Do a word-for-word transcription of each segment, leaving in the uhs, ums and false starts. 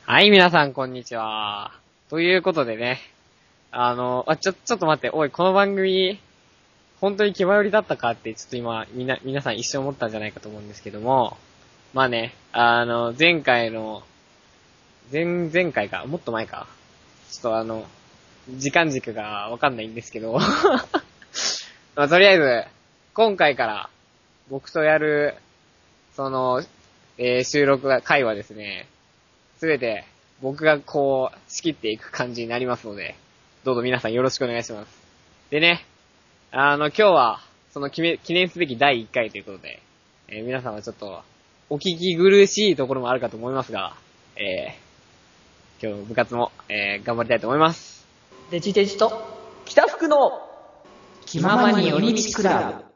はい、皆さん、こんにちは。ということでね、あの、あ、ちょ、ちょっと待って、おい、この番組、本当に気前よりだったかって、ちょっと今、みな、皆さん一瞬思ったんじゃないかと思うんですけども、まあね、あの、前回の、前、前回か、もっと前か。ちょっとあの、時間軸がわかんないんですけど、まあ、とりあえず、今回から、僕とやる、その、えー、収録が、回はですね、すべて僕がこう仕切っていく感じになりますので、どうぞ皆さんよろしくお願いします。でね、あの今日はその記念、記念すべきだいいっかいということで、えー、皆さんはちょっとお聞き苦しいところもあるかと思いますが、えー、今日の部活も、えー、頑張りたいと思います。 デジデジと北福の気ままに寄り道クラブ。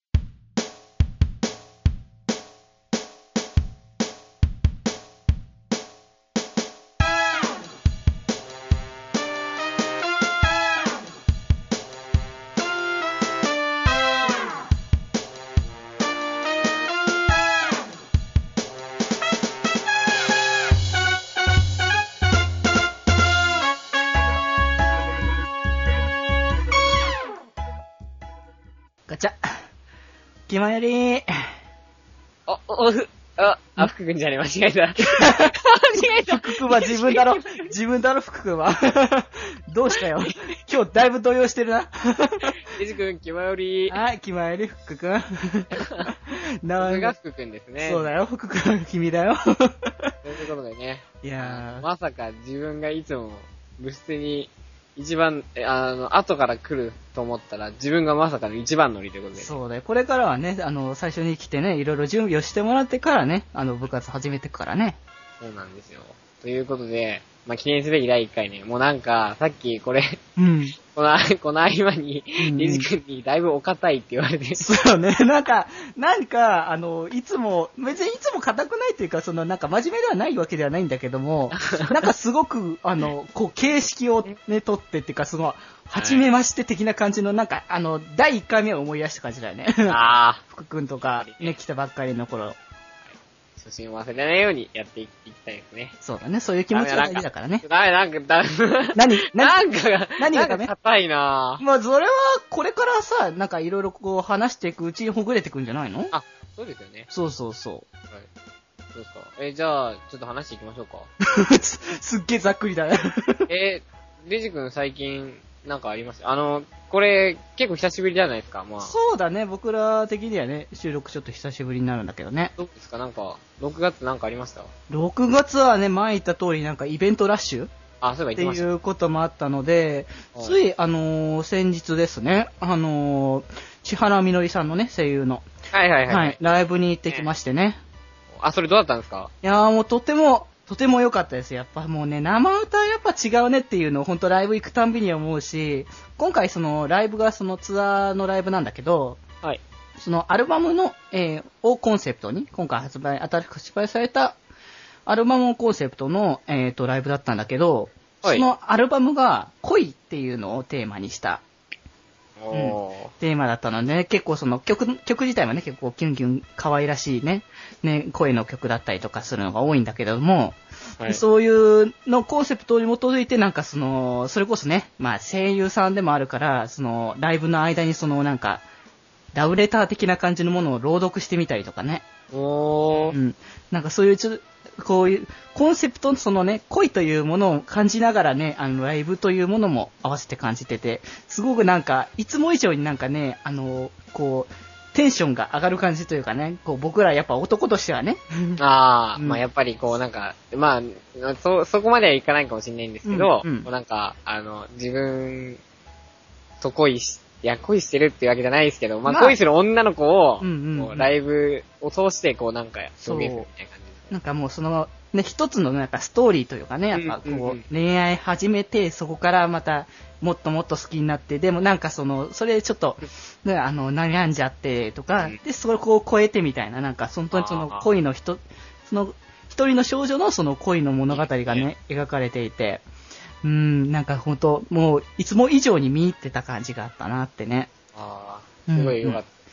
ガチャ。気まより。 お、お、ふ、あ、あ、福くんじゃねえ、間違えた。間違えた。 福くんは自分だろ。自分だろ、福くんは。どうしたよ。今日だいぶ動揺してるな。 デジくん、気まより。 はい、気まより、福くん。 僕が福くんですね。 そうだよ、福くん、君だよ。 ということでね。 いやー。 まさか自分がいつも部室に一番、あの、後から来ると思ったら自分がまさかの一番乗りということで、ね。 そうだよ。これからはね、あの、最初に来てね、いろいろ準備をしてもらってからね、あの、部活始めてくからね。 そうなんですよ。ということで、まあ、記念すべきだいいっかいね、もうなんか、さっきこれ、 うん。 この、この合間に、デジ君にだいぶお堅いって言われて。 そうね、なんか、なんか、あの、いつも、別にいつも硬くないっていうか、その、なんか真面目ではないわけではないんだけども、なんかすごく、あの、こう、形式をね、取ってっていうか、その、初めまして的な感じの、なんか、あの、だいいっかいめを思い出した感じだよね。 ああ。 福くんとか、ね、来たばっかりの頃。 初心を忘れないようにやっていきたいですね。 そうだね、そういう気持ちが大事だからね。 ダメ、なんか、ダメ。 何なんかが、 何がダメ？ 硬いなぁ。 まあ、それは、これからさ、なんかいろいろこう話していくうちにほぐれてくんじゃないの？ あ、そうですよね。 そうそうそう。 はい。そうですか。え、じゃあ、ちょっと話していきましょうか。 す, すっげえざっくりだね。 えー、デジ君最近、なんかあります？あの、これ、結構久しぶりじゃないですか、まあ。 そうだね、僕ら的にはね、収録ちょっと久しぶりになるんだけどね。 どうですか、なんか、ろくがつなんかありました？ ろくがつはね、前言った通りなんかイベントラッシュあ、そういえば言ってました。 っていうこともあったので、つい、あのー、先日ですね、あのー、千原みのりさんのね、声優の、 はいはいはい。 はい、ライブに行ってきましてね。ねあ、それどうだったんですか？ いやーもうとても、とても良かったです。やっぱもうね、生歌やっぱ違うねっていうのを本当ライブ行くたんびに思うし、今回そのライブがそのツアーのライブなんだけど、はい。そのアルバムの、えー、をコンセプトに、今回発売、新しく発売されたアルバムをコンセプトの、えーと、ライブだったんだけど、はい、そのアルバムが恋っていうのをテーマにした、うん、テーマだったので、ね、結構その曲、曲自体はね、結構キュンキュン可愛らしいね、ね、声の曲だったりとかするのが多いんだけども、はい、そういうのコンセプトに基づいてなんかその、それこそね、まあ声優さんでもあるから、そのライブの間にそのなんか、ラブレター的な感じのものを朗読してみたりとかね。おー。うん。なんかそういうちょっと、こういう、コンセプトのそのね、恋というものを感じながらね、あの、ライブというものも合わせて感じてて、すごくなんか、いつも以上になんかね、あの、こう、テンションが上がる感じというかね、こう僕らやっぱ男としてはね。 ああ、うん、まあやっぱりこうなんか、まあ、そ、そこまではいかないかもしれないんですけど、うんうん、こうなんか、あの、自分と恋し、いや、恋してるっていうわけじゃないですけど、まあ、まあ、恋する女の子を、うんうんうん、こうライブを通して、こうなんか表現するみたいな感じです。 なんかもうその、ね、一つのなんかストーリーというかね、やっぱこう、うんうんうん、恋愛始めて、そこからまた、もっともっと好きになって、でもなんかその、それちょっと、ね、あの、悩んじゃってとか、うん、で、それをこう超えてみたいな、なんか、本当にその恋の人、その、一人の少女のその恋の物語がね、描かれていて、うーん、なんか本当もう、いつも以上に見入ってた感じがあったなってね。 ああ、すごい良かったですね。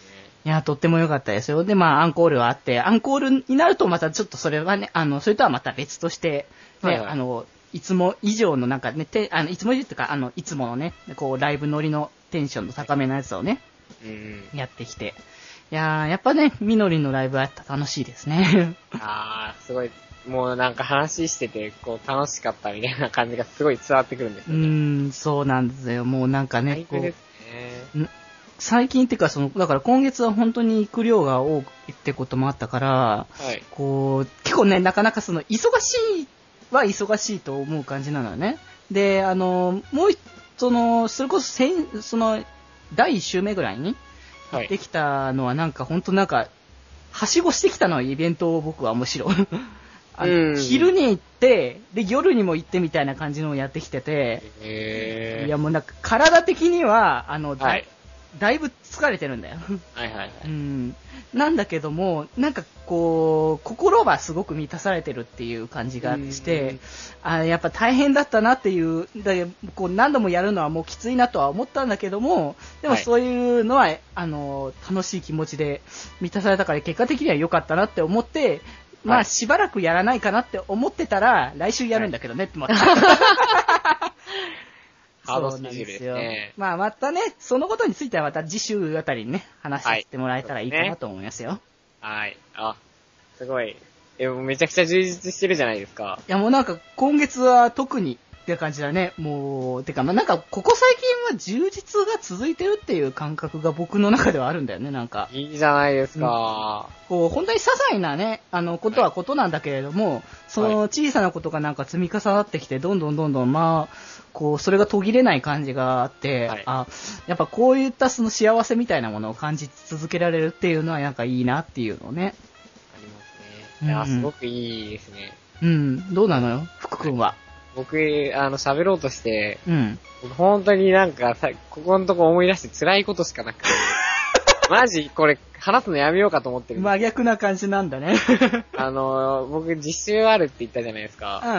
いや、とっても良かったですよ。で、まあ、アンコールはあって、アンコールになるとまたちょっとそれはね、あの、それとはまた別として、ね、はいはい、あの、いつも以上のなんかね、てあのいつも以上っていうか、あの、いつものね、こう、ライブ乗りのテンションの高めのやつをね、はい、うん、やってきて。いやー、やっぱね、みのりのライブはやったら楽しいですね。 あー、すごい、もうなんか話してて、こう、楽しかったみたいな感じがすごい伝わってくるんですよね。 うーん、そうなんですよ。もうなんかね、 こう、ですね、 最近っていうか、その、だから今月は本当に行く量が多いってこともあったから、はい、こう、結構ね、なかなかその、忙しいは忙しいと思う感じなのよね。で、あの、もう、その、それこそ先、その、だいいっ週目ぐらいに、行ってきたのはなんか、本当なんか、はしごしてきたのはイベントを僕はむしろ。あの昼に行って、で、夜にも行ってみたいな感じのをやってきてて、へー、いやもうなんか、体的には、あの、はい、だいぶ疲れてるんだよ。 はいはいはい。 うん。なんだけども、なんかこう、心はすごく満たされてるっていう感じがして、あ、やっぱ大変だったなっていう、だこう何度もやるのはもうきついなとは思ったんだけども、でもそういうのは、はい、あの、楽しい気持ちで満たされたから結果的には良かったなって思って、まあしばらくやらないかなって思ってたら、来週やるんだけどねって思った。 ハードスケジュールですね。 まあまたね、そのことについてはまた次週あたりにね、話してもらえたらいいかなと思いますよ。 はい。ね、あ、すごい。え、もうめちゃくちゃ充実してるじゃないですか。 いやもうなんか今月は特にって感じだね。もう、てかまあなんかここ最近は充実が続いてるっていう感覚が僕の中ではあるんだよね、なんか。 いいじゃないですか。 うん、こう、本当に些細なね、あの、ことはことなんだけれども、はい、その小さなことがなんか積み重なってきて、どんどんどんどんまあ、こう、それが途切れない感じがあって、はい、あ、やっぱこういったその幸せみたいなものを感じ続けられるっていうのはなんかいいなっていうのをね。 ありますね。いや、うん、すごくいいですね。 うん、どうなのよ、福くんは。 僕、あの、喋ろうとして、 うん。 僕本当になんかさ、ここのとこ思い出して辛いことしかなくて、マジこれ話すのやめようかと思ってるんです。 真逆な感じなんだね。 あの、僕実習あるって言ったじゃないですか。 うんうんうん。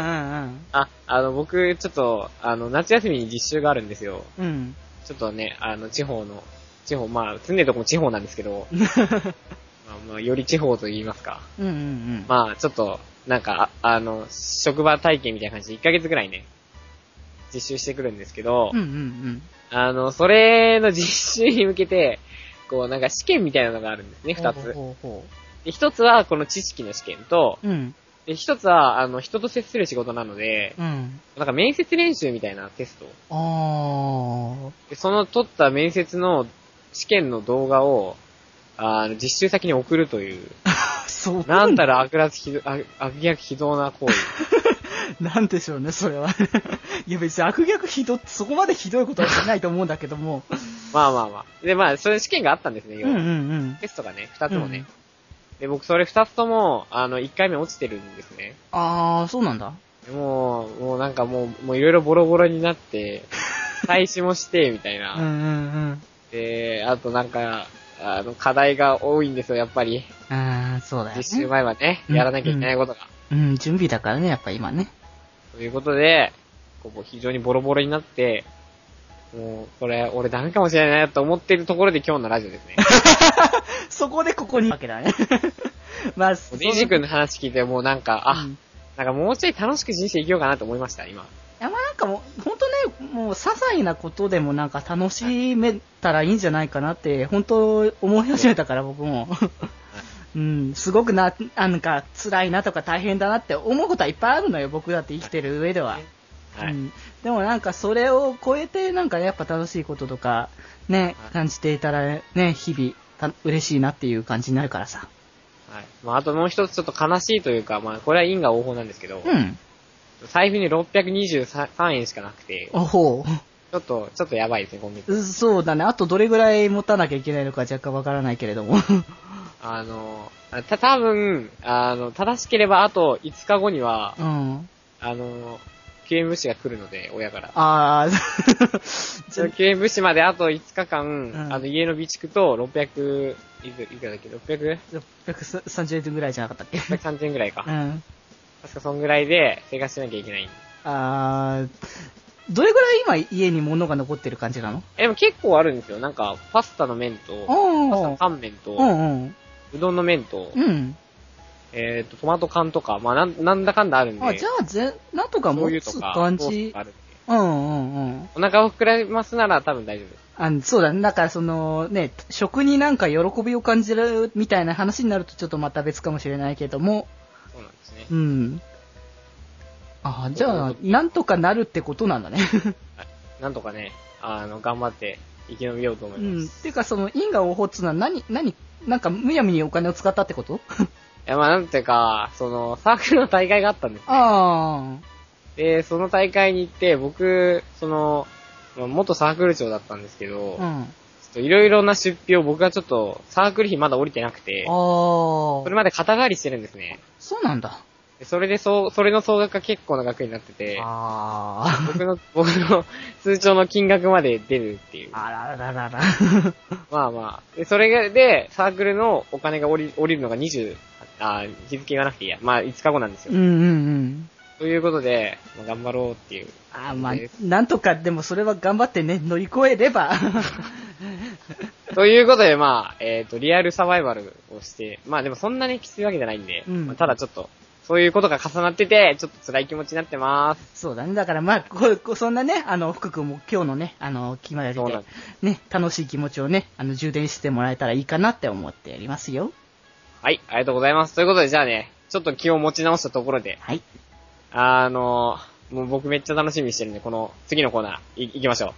あ、あの、僕ちょっと、あの、夏休みに実習があるんですよ。 うん。 ちょっとね、あの、地方の、地方、まあ、住んでるとこも地方なんですけど、まあ、まあ、より地方と言いますか。 うんうんうん。 まあ、ちょっと、なんか、あ、あの、職場体験みたいな感じでいっかげつぐらいね、実習してくるんですけど、 うんうんうん。 あの、それの実習に向けて、こう、なんか試験みたいなのがあるんですね、二つ。 ほうほうほう。で、一つはこの知識の試験と、 うん。 で、一つは、あの、人と接する仕事なので、 うん。 なんか面接練習みたいなテスト。 あー。 で、その取った面接の試験の動画を、あの、実習先に送るという。 そう。 なんたら悪辣ひど、悪逆非道な行為。 なんでしょうね、それは。いや別に悪逆ひどってそこまでひどいことはしないと思うんだけども。 まあまあまあ。で、まあ、そういう試験があったんですね、要は。 うんうんうん。 テストがね、二つもね。うん、で、僕それ二つとも、あの、一回目落ちてるんですね。 あー、そうなんだ。 もう、もうなんかもう、もういろいろボロボロになって、廃止もして、みたいな。 うんうんうん。 で、あとなんか、あの、課題が多いんですよ、やっぱり。 あー、そうだよね。 実習前はね、やらなきゃいけないことが。 うん、うんうん、準備だからね、やっぱ今ね。 ということで、ここ非常にボロボロになって、もう、これ、俺ダメかもしれないなと思っているところで今日のラジオですね。 そこでここに。わけだね。 まあ、おじいじくんの話聞いてもうなんか、あ、うん、なんかもうちょい楽しく人生生きようかなと思いました、今。いや、まあなんかもう、ほんとね、もう、些細なことでもなんか楽しめたらいいんじゃないかなって、ほんと思い始めたから、僕も。うん、すごくな、なんか辛いなとか大変だなって思うことはいっぱいあるのよ、僕だって生きてる上では。はい、うん、でもなんかそれを超えてなんかやっぱ楽しいこととかね、感じていたらね、日々た嬉しいなっていう感じになるからさ。 はい。まああともう一つちょっと悲しいというか、まあこれは因果応報なんですけど、 うん。 財布にろっぴゃくにじゅうさんえんしかなくて、 おほう。 ちょっと、ちょっとやばいですね、今月。 そうだね。あとどれぐらい持たなきゃいけないのか若干わからないけれども。 あの、た、多分、あの、正しければあといつかごには、 うん、 あの、救援物資が来るので、親から。 ああ、 その救援物資まであといつかかん、うん、あの、家の備蓄とろっぴゃく、いく、いくらだっけ ?ろっぴゃく? ろっぴゃくさんじゅうえんぐらいじゃなかったっけ ?ろっぴゃくさんじゅうえんぐらいか。 うん。 確かそんぐらいで生活しなきゃいけない。 あー、 どれぐらい今家に物が残ってる感じなの？ え、でも結構あるんですよ。なんか、パスタの麺と、パスタの乾麺と、うんうん、うどんの麺と、うん、えっ、ー、と、トマト缶とか、まあなん、なんだかんだあるんで。 あ、じゃあ、ぜ、なんとか持つ感じ。 あるんで。 うんうんうん。 お腹を膨らますなら多分大丈夫。 あ、そうだね。だからそのね、食になんか喜びを感じるみたいな話になるとちょっとまた別かもしれないけども。 そうなんですね。 うん。あ、じゃあ、なんとかなるってことなんだね。 なんとかね、あの、頑張って生き延びようと思います。うん。 ていうか、その、因果応報っつうのは何、何、なんかむやみにお金を使ったってこと？ いや、まあなんていうか、その、サークルの大会があったんですよ。ああ。で、その大会に行って、僕、その、元サークル長だったんですけど、うん、ちょっといろいろな出費を僕がちょっとサークル費まだ降りてなくて、あそれまで肩代わりしてるんですね。 そうなんだ。 それでそう、それの総額が結構な額になってて、あ僕の、僕の通帳の金額まで出るっていう。 あらららら。 まあまあ。で、それで、サークルのお金が降り、降りるのがにじゅう、あ日付言わなくていいや。まあ、いつかごなんですよ。うんうんうん。ということで、まあ、頑張ろうっていう。 あまあ、なんとか、でもそれは頑張ってね、乗り越えれば。 ということで、まあ、えっ、ー、と、リアルサバイバルをして、まあでもそんなにきついわけじゃないんで、うんまあ、ただちょっと、そういうことが重なってて、ちょっと辛い気持ちになってます。 そうだね。だからまあ、ここそんなね、あの、福君も今日のね、あの、決まりで、ね、楽しい気持ちをね、あの、充電してもらえたらいいかなって思ってやりますよ。 はい、ありがとうございます。ということで、じゃあね、ちょっと気を持ち直したところで、はい。あの、もう僕めっちゃ楽しみにしてるんで、この次のコーナー、い、行きましょう。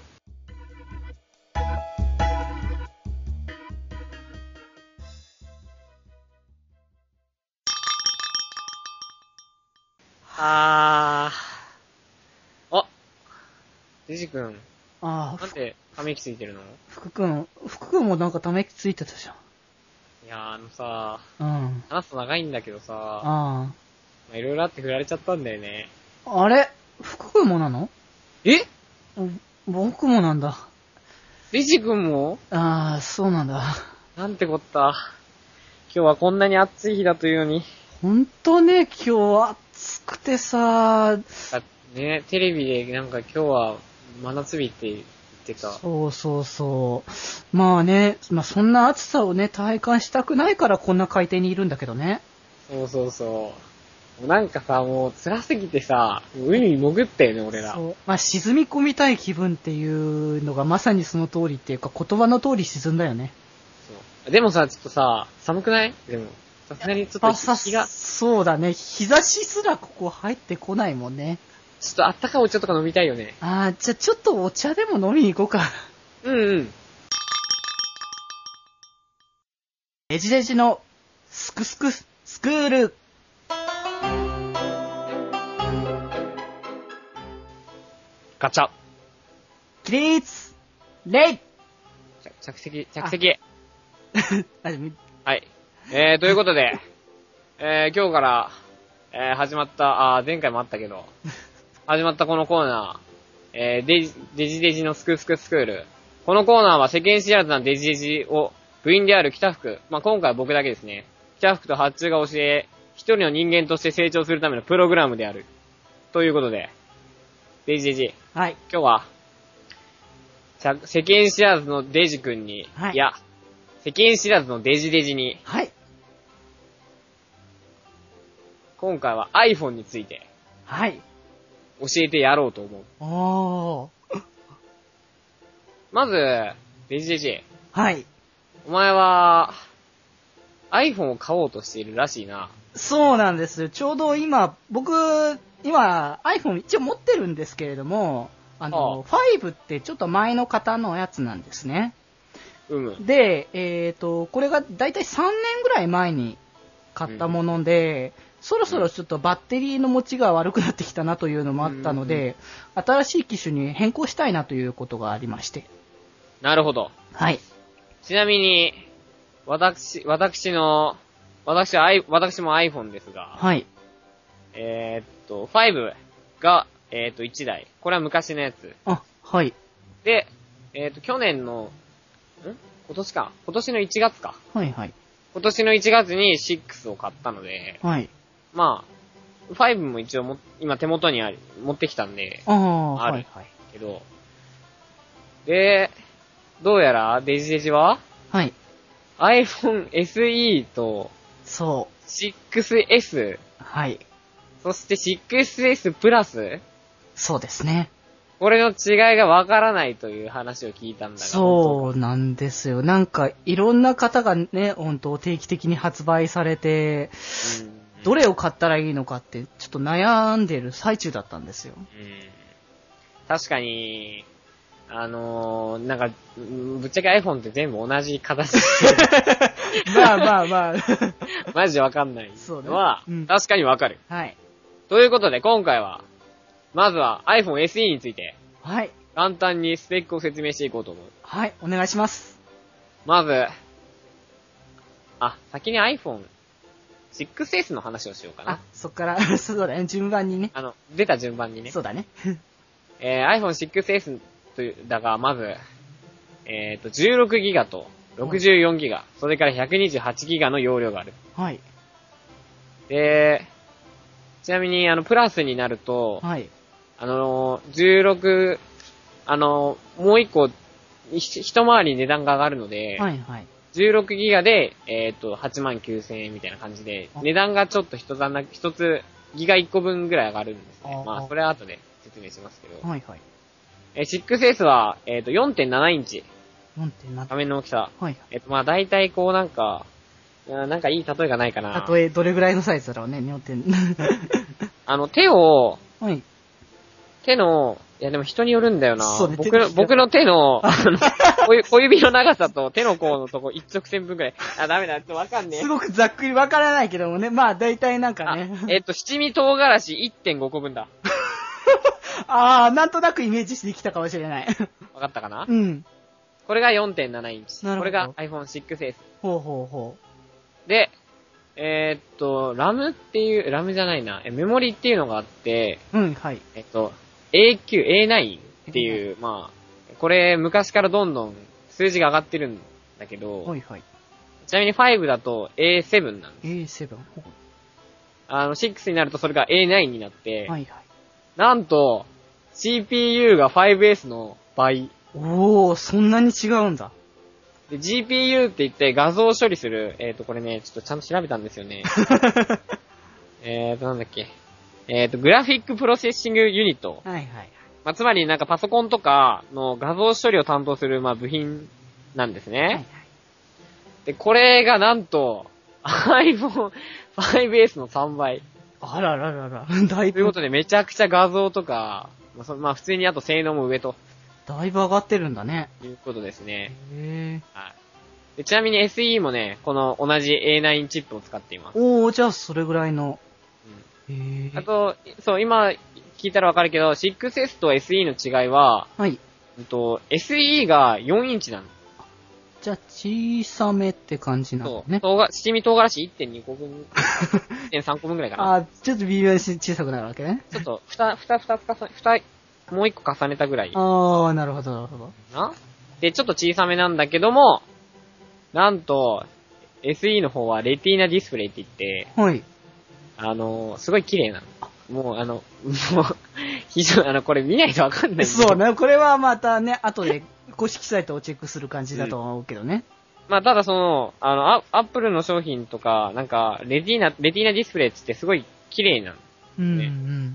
あー。あ、デジ君。あー。なんでため息ついてるの？ 福君、福君もなんかため息ついてたじゃん。 いやー、あのさ、うん。話すと長いんだけどさ、あまあ、いろいろあって振られちゃったんだよね。 あれ福君もなの？ え？ 僕もなんだ。 デジ君も？ ああ、そうなんだ。 なんてこった。今日はこんなに暑い日だというのに。 ほんとね、今日暑くてさ、 ね、テレビでなんか今日は真夏日って言ってた。 そうそうそう。まあね、まあそんな暑さをね、体感したくないからこんな海底にいるんだけどね。 そうそうそう。なんかさ、もう辛すぎてさ、海に潜ったよね、俺ら。そう。 まあ沈み込みたい気分っていうのがまさにその通りっていうか言葉の通り沈んだよね。 そう。でもさ、ちょっとさ、寒くない？でも、さすがにちょっと日が。 そうだね。日差しすらここ入ってこないもんね。 ちょっとあったかいお茶とか飲みたいよね。 ああ、じゃあちょっとお茶でも飲みに行こうか。 うんうん。 デジデジのスクスクスクール。 ガチャ。 起立レイ着席、着席。はい。えー、ということで、えー、今日から、えー、始まった、あー、前回もあったけど、始まったこのコーナー、えー、デジ、デジデジのスクスクスクール。このコーナーは世間知らずなデジデジを部員である北福、まあ、今回は僕だけですね。北福と発注が教え、一人の人間として成長するためのプログラムである。ということで、デジデジ。 はい。 今日は、世間知らずのデジ君に、はい、いや、世間知らずのデジデジに、 はい。 今回は iPhone について、 はい。 教えてやろうと思う。 おー。 まず、デジデジ。 はい。 お前は、iPhone を買おうとしているらしいな。 そうなんです。ちょうど今、僕、今、iPhone 一応持ってるんですけれども、あの、ああファイブってちょっと前の方のやつなんですね。 うん。 で、えっと、これがだいたいさんねんぐらい前に買ったもので、うん、そろそろちょっとバッテリーの持ちが悪くなってきたなというのもあったので、うん、新しい機種に変更したいなということがありまして。 なるほど。 はい。 ちなみに、私、私の、私は、私も iPhone ですが、 はい。 えー、っと、ファイブが、えー、っと、いちだい。これは昔のやつ。 あ、はい。 で、えー、っと、去年の、ん今年か。今年のいちがつか。 はいはい。 今年のいちがつにシックスを買ったので、 はい。 まあ、ファイブも一応も、今手元にあり、持ってきたんで、 ああ、はいはい。 けど、で、どうやらデジデジははい。 iPhone エスイー と、 そう。 シックスエス。 はい。 そして シックスエス プラス。 そうですね。 これの違いがわからないという話を聞いたんだが。 そうなんですよ。なんか、いろんな方がね、本当定期的に発売されて、うん、どれを買ったらいいのかって、ちょっと悩んでる最中だったんですよ。うん、 確かに、あのー、なんか、ぶっちゃけ iPhone って全部同じ形まあまあまあ。 マジでわかんないのは、ねうん、確かにわかる。 はい。 ということで、今回は、まずは iPhone エスイー について、 はい。 簡単にスペックを説明していこうと思う。 はい、お願いします。 まず、あ、先に iPhone シックスエス の話をしようかな。 あ、そっから、そうだね、順番にね。 あの、出た順番にね。 そうだね。 えー、iPhone シックスエス という、だが、まず、えっと、じゅうろくギガとろくじゅうよんギガ、それからひゃくにじゅうはちギガの容量がある。 はい。 で、ちなみに、あの、プラスになると、 はい。 あの、じゅうろく、あの、もう一個、一回り値段が上がるので、 はいはい。 じゅうろくギガで、えっと、はちまんきゅうせんえんみたいな感じで、値段がちょっと一つ、一つ、ギガいっこぶんぐらい上がるんですね。まあ、それは後で説明しますけど。 はいはい。 え、シックスエス は、えっと、よんてんななインチ。 よんてんなな。 画面の大きさ。 はいはい。 えっと、まあ、大体こうなんか、なんかいい例えがないかな。 例え、どれぐらいのサイズだろうね、よんてん。 あの、手を、 はい。 手の、いやでも人によるんだよな。 そうね、 僕の、僕の手の、あの、小指の長さと手の甲のとこ一直線分くらい。あ、ダメだ、ちょっとわかんねえ。 すごくざっくりわからないけどもね、まあ大体なんかね。 えっと、七味唐辛子 いってんごこぶんだ。 あー、なんとなくイメージしてきたかもしれない。 わかったかなうん。 これが よんてんななインチ。 なるほど。 これが iPhone シックスエス。 ほうほうほう。で、えー、っと、ラムっていう、ラムじゃないな、メモリっていうのがあって、 うん、はい。 えっと、エーきゅう、エーナイン っていう、まあ、これ昔からどんどん数字が上がってるんだけど、 はいはい。 ちなみにごだと エーセブン なんです。 エーセブン? あの、ろくになるとそれが エーナイン になって、 はいはい。 なんと、シーピーユー が ファイブエス の倍。 おー、そんなに違うんだ。 で、ジーピーユー って言って画像処理する、えっと、これね、ちょっとちゃんと調べたんですよね。えっと、なんだっけ。えっと、グラフィックプロセッシングユニット。 はいはい。 まあ、つまりなんかパソコンとかの画像処理を担当する、まあ、部品なんですね。はいはい。で、これがなんと、iPhone ファイブエス のさんばい。 あらららら、だいぶ。 ということでめちゃくちゃ画像とか、まあ、そまあ、普通にあと性能も上と。 だいぶ上がってるんだね。 いうことですね。 へー。 はい。でちなみに エスイー もね、この同じ エーナイン チップを使っています。 おー、じゃあそれぐらいの。 うん、へー。あと、そう、今聞いたらわかるけど、シックスエス と エスイー の違いは、 はい。 うんと、エスイー がよんインチなの。 じゃあ小さめって感じなのね。 そう。唐七味唐辛子 いってんにこぶん、いってんさんこぶんくらいかな。 あ、ちょっと微妙に小さくなるわけね。 ちょっと、ふた、ふた、ふた、ふた、ふた、もう一個重ねたぐらい。 あー、なるほど、なるほど。 なで、ちょっと小さめなんだけども、なんと、エスイー の方はレティーナディスプレイって言って、 はい。 あのー、すごい綺麗なの。もう、あの、もう、非常に、あの、これ見ないとわかんない。 そうね、これはまたね、後で公式サイトをチェックする感じだと思うけどね。 うん、まあ、ただその、あの、アップルの商品とか、なんか、レティーナ、レティーナディスプレイってってすごい綺麗なの。 うん、うん。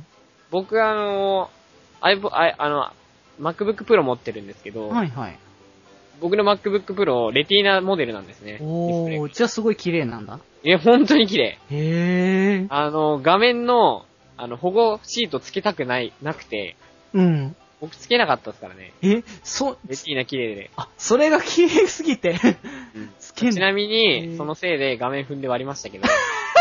僕あの、ああの、MacBook Pro 持ってるんですけど、 はいはい。 僕の MacBook Pro、レティーナモデルなんですね。 おー、じゃあすごい綺麗なんだ。 いや、本当に綺麗。 へー。 あの、画面の、あの、保護シートつけたくない、なくて、 うん。 僕つけなかったですからね。 え、そ、 レティーナ綺麗で。 あ、それが綺麗すぎてうん、つけちなみに、そのせいで画面踏んで割りましたけど。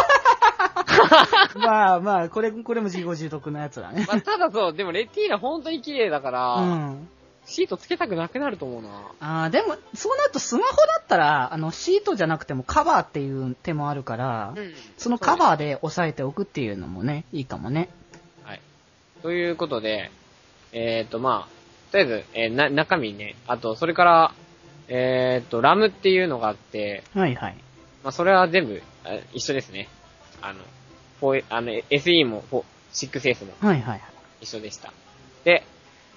まあまあ、これ、これも自業自得なやつだね。 まあ、ただそう、でもレティーナ本当に綺麗だから、 うん。 シートつけたくなくなると思うな。 ああ、でも、そうなるとスマホだったら、あの、シートじゃなくてもカバーっていう手もあるから、うん、そのカバーで押さえておくっていうのもね、いいかもね。 はい。ということで、えっ、ー、と、まあ、とりあえず、えー、な、中身ね、あと、それから、えっ、ー、と、ラムっていうのがあって、 はいはい。 まあ、それは全部、一緒ですね。あの、フォーあの、エスイー も、シックスエス も、 はいはい。 一緒でした。で、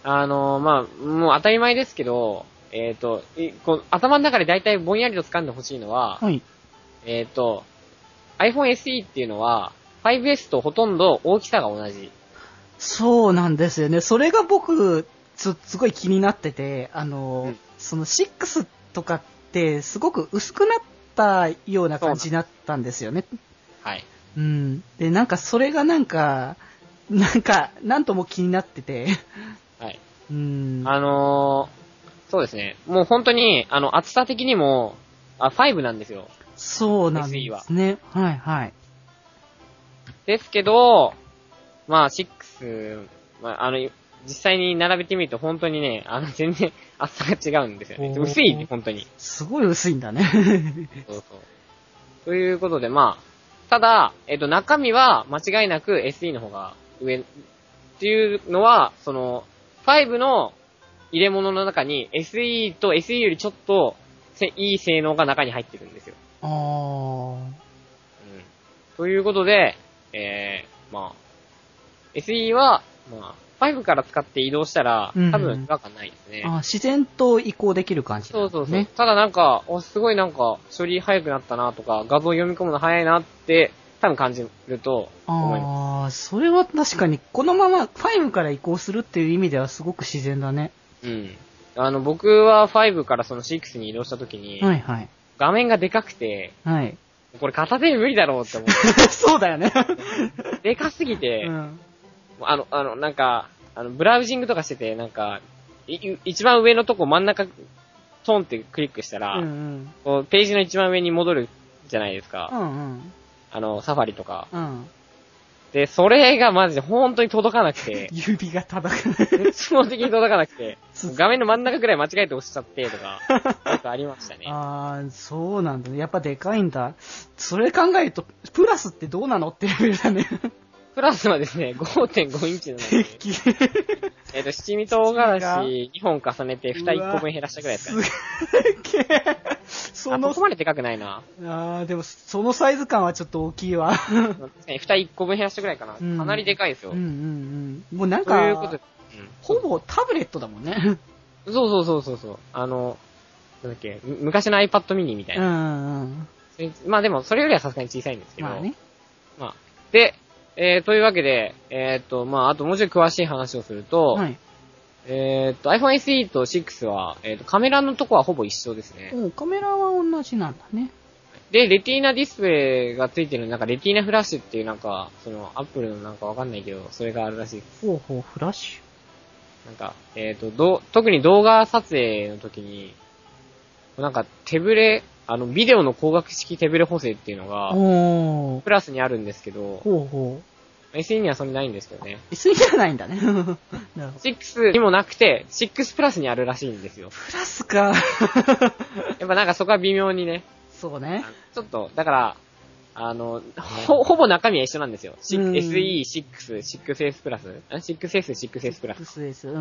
あのー、まあ、もう当たり前ですけど、えっ、ー、と、こう頭の中で大体ぼんやりと掴んでほしいのは、 はい。 えっ、ー、と、iPhone エスイー っていうのは、ファイブエス とほとんど大きさが同じ。 そうなんですよね。それが僕、す、すごい気になってて、あの、うん、そのシックスとかってすごく薄くなったような感じになったんですよね。 はい。 うん。で、なんかそれがなんか、なんか、なんとも気になってて。 はい。 うん。 あのー、そうですね。もう本当に、あの、厚さ的にも、あ、ファイブなんですよ。 そうなんですね。はいはい。 ですけど、まあ、シックス、まあ、あの、実際に並べてみると本当にね、あの、全然厚さが違うんですよね。薄いね、本当に。 すごい薄いんだね。 そうそう。ということで、まあ、ただ、えっと、中身は間違いなく エスイー の方が上っていうのは、その、ファイブの入れ物の中に エスイー と エスイー よりちょっといい性能が中に入ってるんですよ。 あー。うん。 ということで、えー、まあ、エスイー は、まあ、ファイブから使って移動したら、多分違和感ないですね。 うんうん、あ、自然と移行できる感じ、ね。 そうそうそう。ただなんか、お、すごいなんか、処理早くなったなとか、画像読み込むの早いなって、多分感じると思います。 ああ、それは確かに、このままファイブから移行するっていう意味ではすごく自然だね。 うん。あの、僕はファイブからそのシックスに移動した時に、 はいはい。 画面がでかくて、 はい。 これ片手で無理だろうって思って。 そうだよね。 でかすぎて、うん、あの、あの、なんか、あの、ブラウジングとかしてて、なんか、い一番上のとこ真ん中、トンってクリックしたら、うんうん、こうページの一番上に戻るじゃないですか。うんうん、あの、サファリとか。うん、で、それがマジで本当に届かなくて。 指が届かない。 絶望的に届かなくて。画面の真ん中くらい間違えて押しちゃってとか、よくありましたね。 ああ、そうなんだね。やっぱでかいんだ。それ考えると、プラスってどうなのってレベルだね。 プラスはですね、ごてんご インチなので。えっと、七味唐辛子にほん重ねて、蓋いっこぶん減らしたくらいですかね。 すげえ。 その、ここまででかくないな。 ああ、でも、そのサイズ感はちょっと大きいわ。 確かに、蓋いっこぶん減らしたくらいかな。うん、かなりでかいですよ。 うんうんうん。もうなんか、いうことで、うん、ほぼタブレットだもんね。 そうそうそうそうそう。あの、なんだっけ、昔の iPad mini みたいな。うんうん。まあでも、それよりはさすがに小さいんですけど。まあね。まあ。で、えー、というわけで、えー、っと、まあ、あともうちょい詳しい話をすると、はい、えー、っと、iPhone エスイー とシックスは、えー、っと、カメラのとこはほぼ一緒ですね。 うん、カメラは同じなんだね。 で、レティーナディスプレイがついてる、なんか、レティーナフラッシュっていうなんか、その、アップルのなんかわかんないけど、それがあるらしいです。 ほうほう、フラッシュなんか、えー、っと、ど、特に動画撮影の時に、なんか、手ブレ、あの、ビデオの光学式手ブレ補正っていうのが、プラスにあるんですけど、 ほうほう。 エスイー にはそれないんですけどね。 エスイー じゃないんだね。なるほど。 シックスにもなくて、シックスプラスにあるらしいんですよ。 プラスか。 やっぱなんかそこは微妙にね。 そうね。 ちょっと、だから、あの、ほ、ほぼ中身は一緒なんですよ。エスイー、シックス、シックスエス プラス ?シックスエス、シックスエス プラス。シックスエス、うん。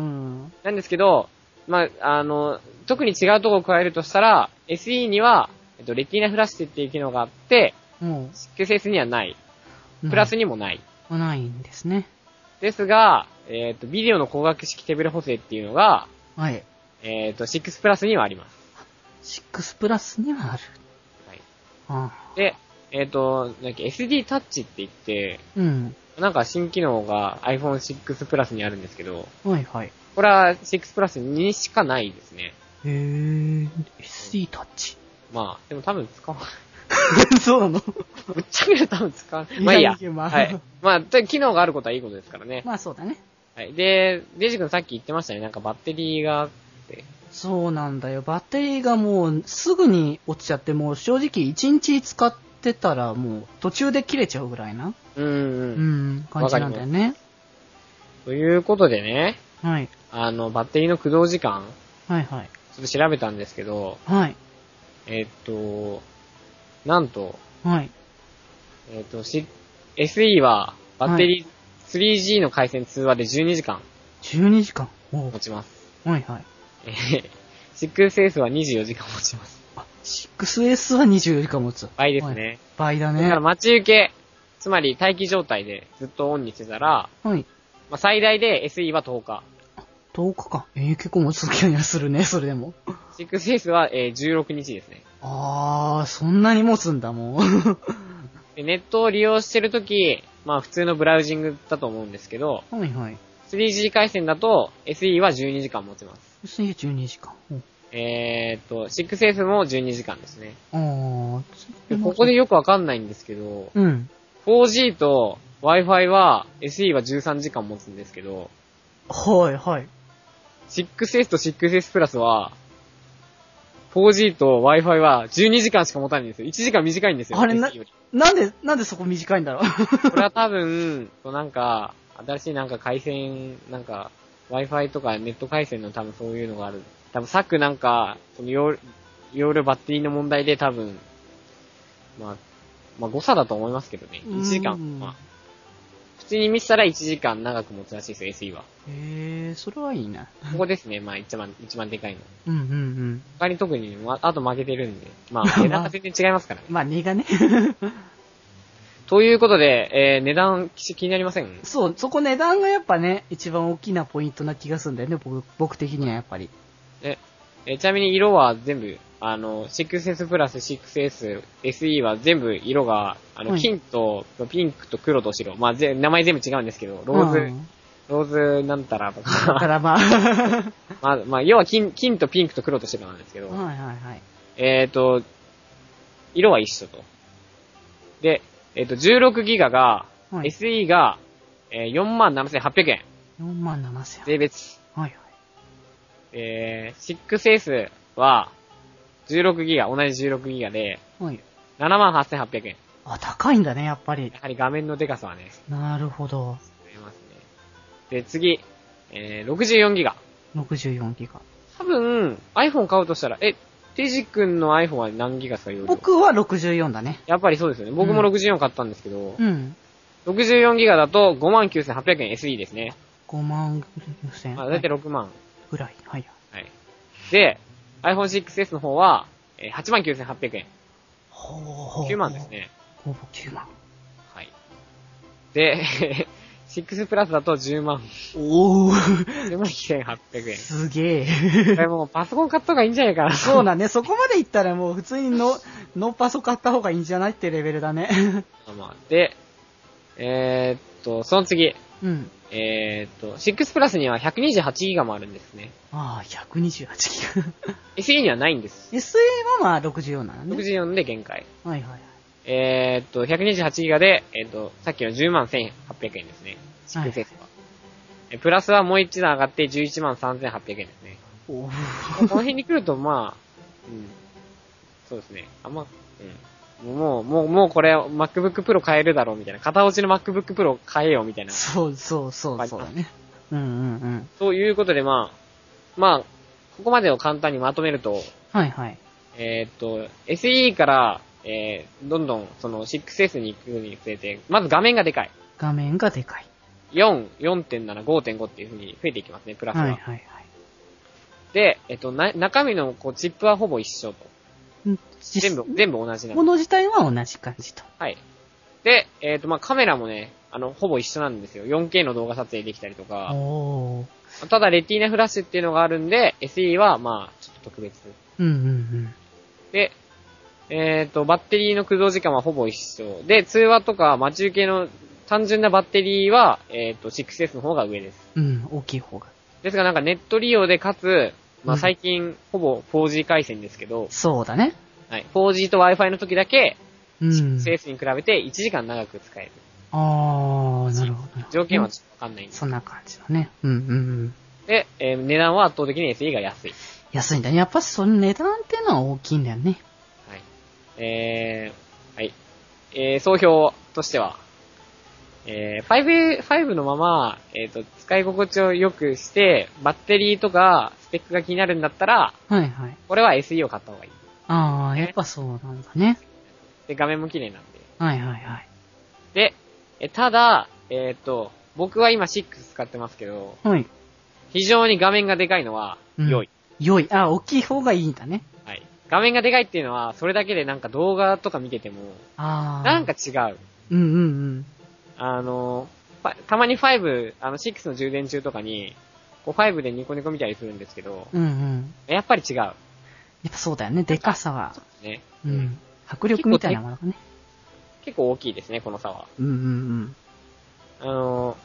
なんですけど、まあ、あの、特に違うところを加えるとしたら、エスイー には、えっと、レティーナフラッシュっていう機能があって、うん、シックスエス にはない。プラスにもない。 うん、ないんですね。 ですが、えっと、ビデオの光学式手ブレ補正っていうのが、 はい。 えっと、シックスプラスにはあります。 シックスプラスにはある。はい。 ああで、えっと、なんだっけ、エスディー タッチって言って、うん。なんか新機能が アイフォンシックス プラスにあるんですけど、 はいはい。 これはシックスプラスにしかないですね。 へー、エスディー タッチ。 まあ、でも多分使わない。 そうなのぶっちゃけると多分使わない。まあいいや。まあ、はい。まあ、機能があることはいいことですからね。 まあそうだね。 はい。で、デジ君さっき言ってましたね。なんかバッテリーがあって。 そうなんだよ。バッテリーがもうすぐに落ちちゃって、もう正直いちにち使ってたらもう途中で切れちゃうぐらいな。 うんうん。うん、 感じなんだよね。 ということでね。 はい。 あの、バッテリーの駆動時間。 はいはい。 ちょっと調べたんですけど。 はい。 えー、っと、なんと。 はい。 えー、っと、し、エスイー はバッテリー スリージー の回線通話でじゅうにじかん。 じゅうにじかん持ちます。 はいはい。 えー、シックスエス はにじゅうよじかん持ちます。 あ、シックスエス はにじゅうよじかん持つ。 倍ですね。はい、 倍だね。 だから待ち受け、つまり待機状態でずっとオンにしてたら、はい。まあ、最大で エスイー はとおか。 とおかか。えー、結構持つ気がするね、それでも。 シックスエス は、えー、じゅうろくにちですね。 あー、そんなに持つんだ、もう。 でネットを利用してるとき、まあ普通のブラウジングだと思うんですけど、 はいはい。 スリージー 回線だと エスイー はじゅうにじかん持ちます。 エスイーじゅうにじかん。 えーっと、シックスエス もじゅうにじかんですね。 あー。 でここでよくわかんないんですけど、 うん。 フォージー と Wi-Fi は エスイー はじゅうさんじかん持つんですけど、 はいはい。 シックスエス と シックスエス プラスは、フォージー と Wi-Fi はじゅうにじかんしか持たないんですよ。いちじかん短いんですよ。 あれなエスイー よりなんで、なんでそこ短いんだろう。 これは多分、なんか、新しいなんか回線、なんか、Wi-Fi とかネット回線の多分そういうのがある。多分、さくなんか、その容容量バッテリーの問題で多分、まあ、まあ誤差だと思いますけどね。いちじかん。まあ、普通に見せたらいちじかん長く持つらしいですよ、エスイー は。 へー、それはいいな。 ここですね、まあ一番、一番でかいの。 うんうんうん。 他に特に、あと負けてるんで。まあ、値段が全然違いますからね。 まあ、値がね。 ということで、えー、値段気になりません？ そう、そこ値段がやっぱね、一番大きなポイントな気がするんだよね、僕、僕的にはやっぱり。 え、えちなみに色は全部、あの、シックスエス プラス シックスエス、エスイー は全部色が、あの、 はい、 金とピンクと黒と白。まあ、ぜ、名前全部違うんですけど、ローズ、うん、ローズなんたらとか。 だからまあ、 まあ、まあ、要は金、金とピンクと黒と白なんですけど。 はいはいはい。 えっと、色は一緒と。で、えっと、じゅうろくギガが、はい、エスイー が、えー、よんまんななせんはっぴゃくえん。 よんまんななせん。 税別。 はいはい。 えー、シックスエス は、じゅうろくギガ、同じじゅうろくギガで、はい。ななまんはっせんはっぴゃくえん。 あ、高いんだね、やっぱり。 やはり画面のデカさはね。 なるほど。 ありますね。で、次、えー、ろくじゅうよんギガ。 ろくじゅうよんギガ。 多分、iPhone 買うとしたら、え、テジ君の iPhone は何ギガですか、容量？ 僕はろくじゅうよんだね。 やっぱりそうですよね。僕もろくじゅうよん買ったんですけど、 うん。 ろくじゅうよんギガだと ごまんきゅうせんはっぴゃくえん エスイー ですね。 ごまんきゅうせん。 あ、だいたいろくまん。 ぐらい。はいはい。で、iPhone シックスエス の方は、はちまんきゅうせんはっぴゃくえん。 ほうほう。 きゅうまんですね。 ほぼきゅうまん。 はい。で、シックスプラスだとじゅうまん。 おー。 じゅうまんせんはっぴゃくえん。 すげえ。 これもうパソコン買った方がいいんじゃないかな。 そうだね。そこまでいったらもう普通にノ、ノーパソ買った方がいいんじゃないってレベルだね。 まあ、で、えー、っと、その次。 うん。 えー、っと、シックスプラスには ひゃくにじゅうはちギガもあるんですね。 ああ、ひゃくにじゅうはちギガ。 エスイー にはないんです。 エスイー はまあろくじゅうよんなのね。 ろくじゅうよんで限界。 はいはいはい。 えー、っと、ひゃくにじゅうはちギガで、えー、っと、さっきのじゅうまんせんはっぴゃくえんですね。シックスエス は。はい、プラスはもう一段上がってじゅういちまんさんぜんはっぴゃくえんですね。おこの辺に来ると、まあ、うん。そうですね。あんま、うん。もう、もう、もうこれ MacBook Pro 買えるだろうみたいな。片落ちの MacBook Pro 買えよみたいな。 そうそうそうそうだね。うんうんうん。 ということで、まあ、まあ、ここまでを簡単にまとめると、 はいはい。 えー、っと、エスイー から、えー、どんどん、その シックスエス に行くにつれて、まず画面がでかい。 画面がでかい。 よん、よんてんなな、ごてんご っていう風に増えていきますね、プラスは。はいはいはい。で、えっと、な、中身のこうチップはほぼ一緒と。全部、全部同じなんです。 もの自体は同じ感じと。 はい。で、えっと、まあ、カメラもね、あの、ほぼ一緒なんですよ。よんケー の動画撮影できたりとか。おー。ただ、レティーナフラッシュっていうのがあるんで、エスイー は、まあ、ちょっと特別。 うんうんうん。 で、えっと、バッテリーの駆動時間はほぼ一緒。で、通話とか待ち受けの単純なバッテリーは、えっと、シックスエス の方が上です。 うん、大きい方が。 ですが、なんかネット利用でかつ、まあ、最近、うん、ほぼ フォージー 回線ですけど。 そうだね。 はい。フォージー と Wi-Fi の時だけ、 うん、 シックスエス に比べていちじかん長く使える。 あー、なるほど。 条件はちょっとわかんないんで。 そんな感じだね。うんうんうん。 で、えー、値段は圧倒的に エスイー が安い。 安いんだね。やっぱりその値段っていうのは大きいんだよね。 はい。えー、はい。えー、総評としては、えー、ご、ごのまま、えっと、使い心地を良くして、バッテリーとか、スペックが気になるんだったら、 はいはい。 これは エスイー を買った方がいい。 あー、ね、やっぱそうなんだね。 で、画面も綺麗なんで。 はいはいはい。 で、え、ただ、えっと、僕は今ろく使ってますけど、はい。非常に画面がでかいのは、良い、 うん。良い。あ、大きい方がいいんだね。 はい。画面がでかいっていうのは、それだけでなんか動画とか見てても、あー。なんか違う。 うんうんうん。 あの、たまにご、あのろくの充電中とかに、 こうごでニコニコ見たりするんですけど、 うんうん。 やっぱり違う。やっぱそうだよね、でかさは。 ね。 うん。迫力みたいなものがね。 結構大きいですね、この差は。 うんうんうん。 あの、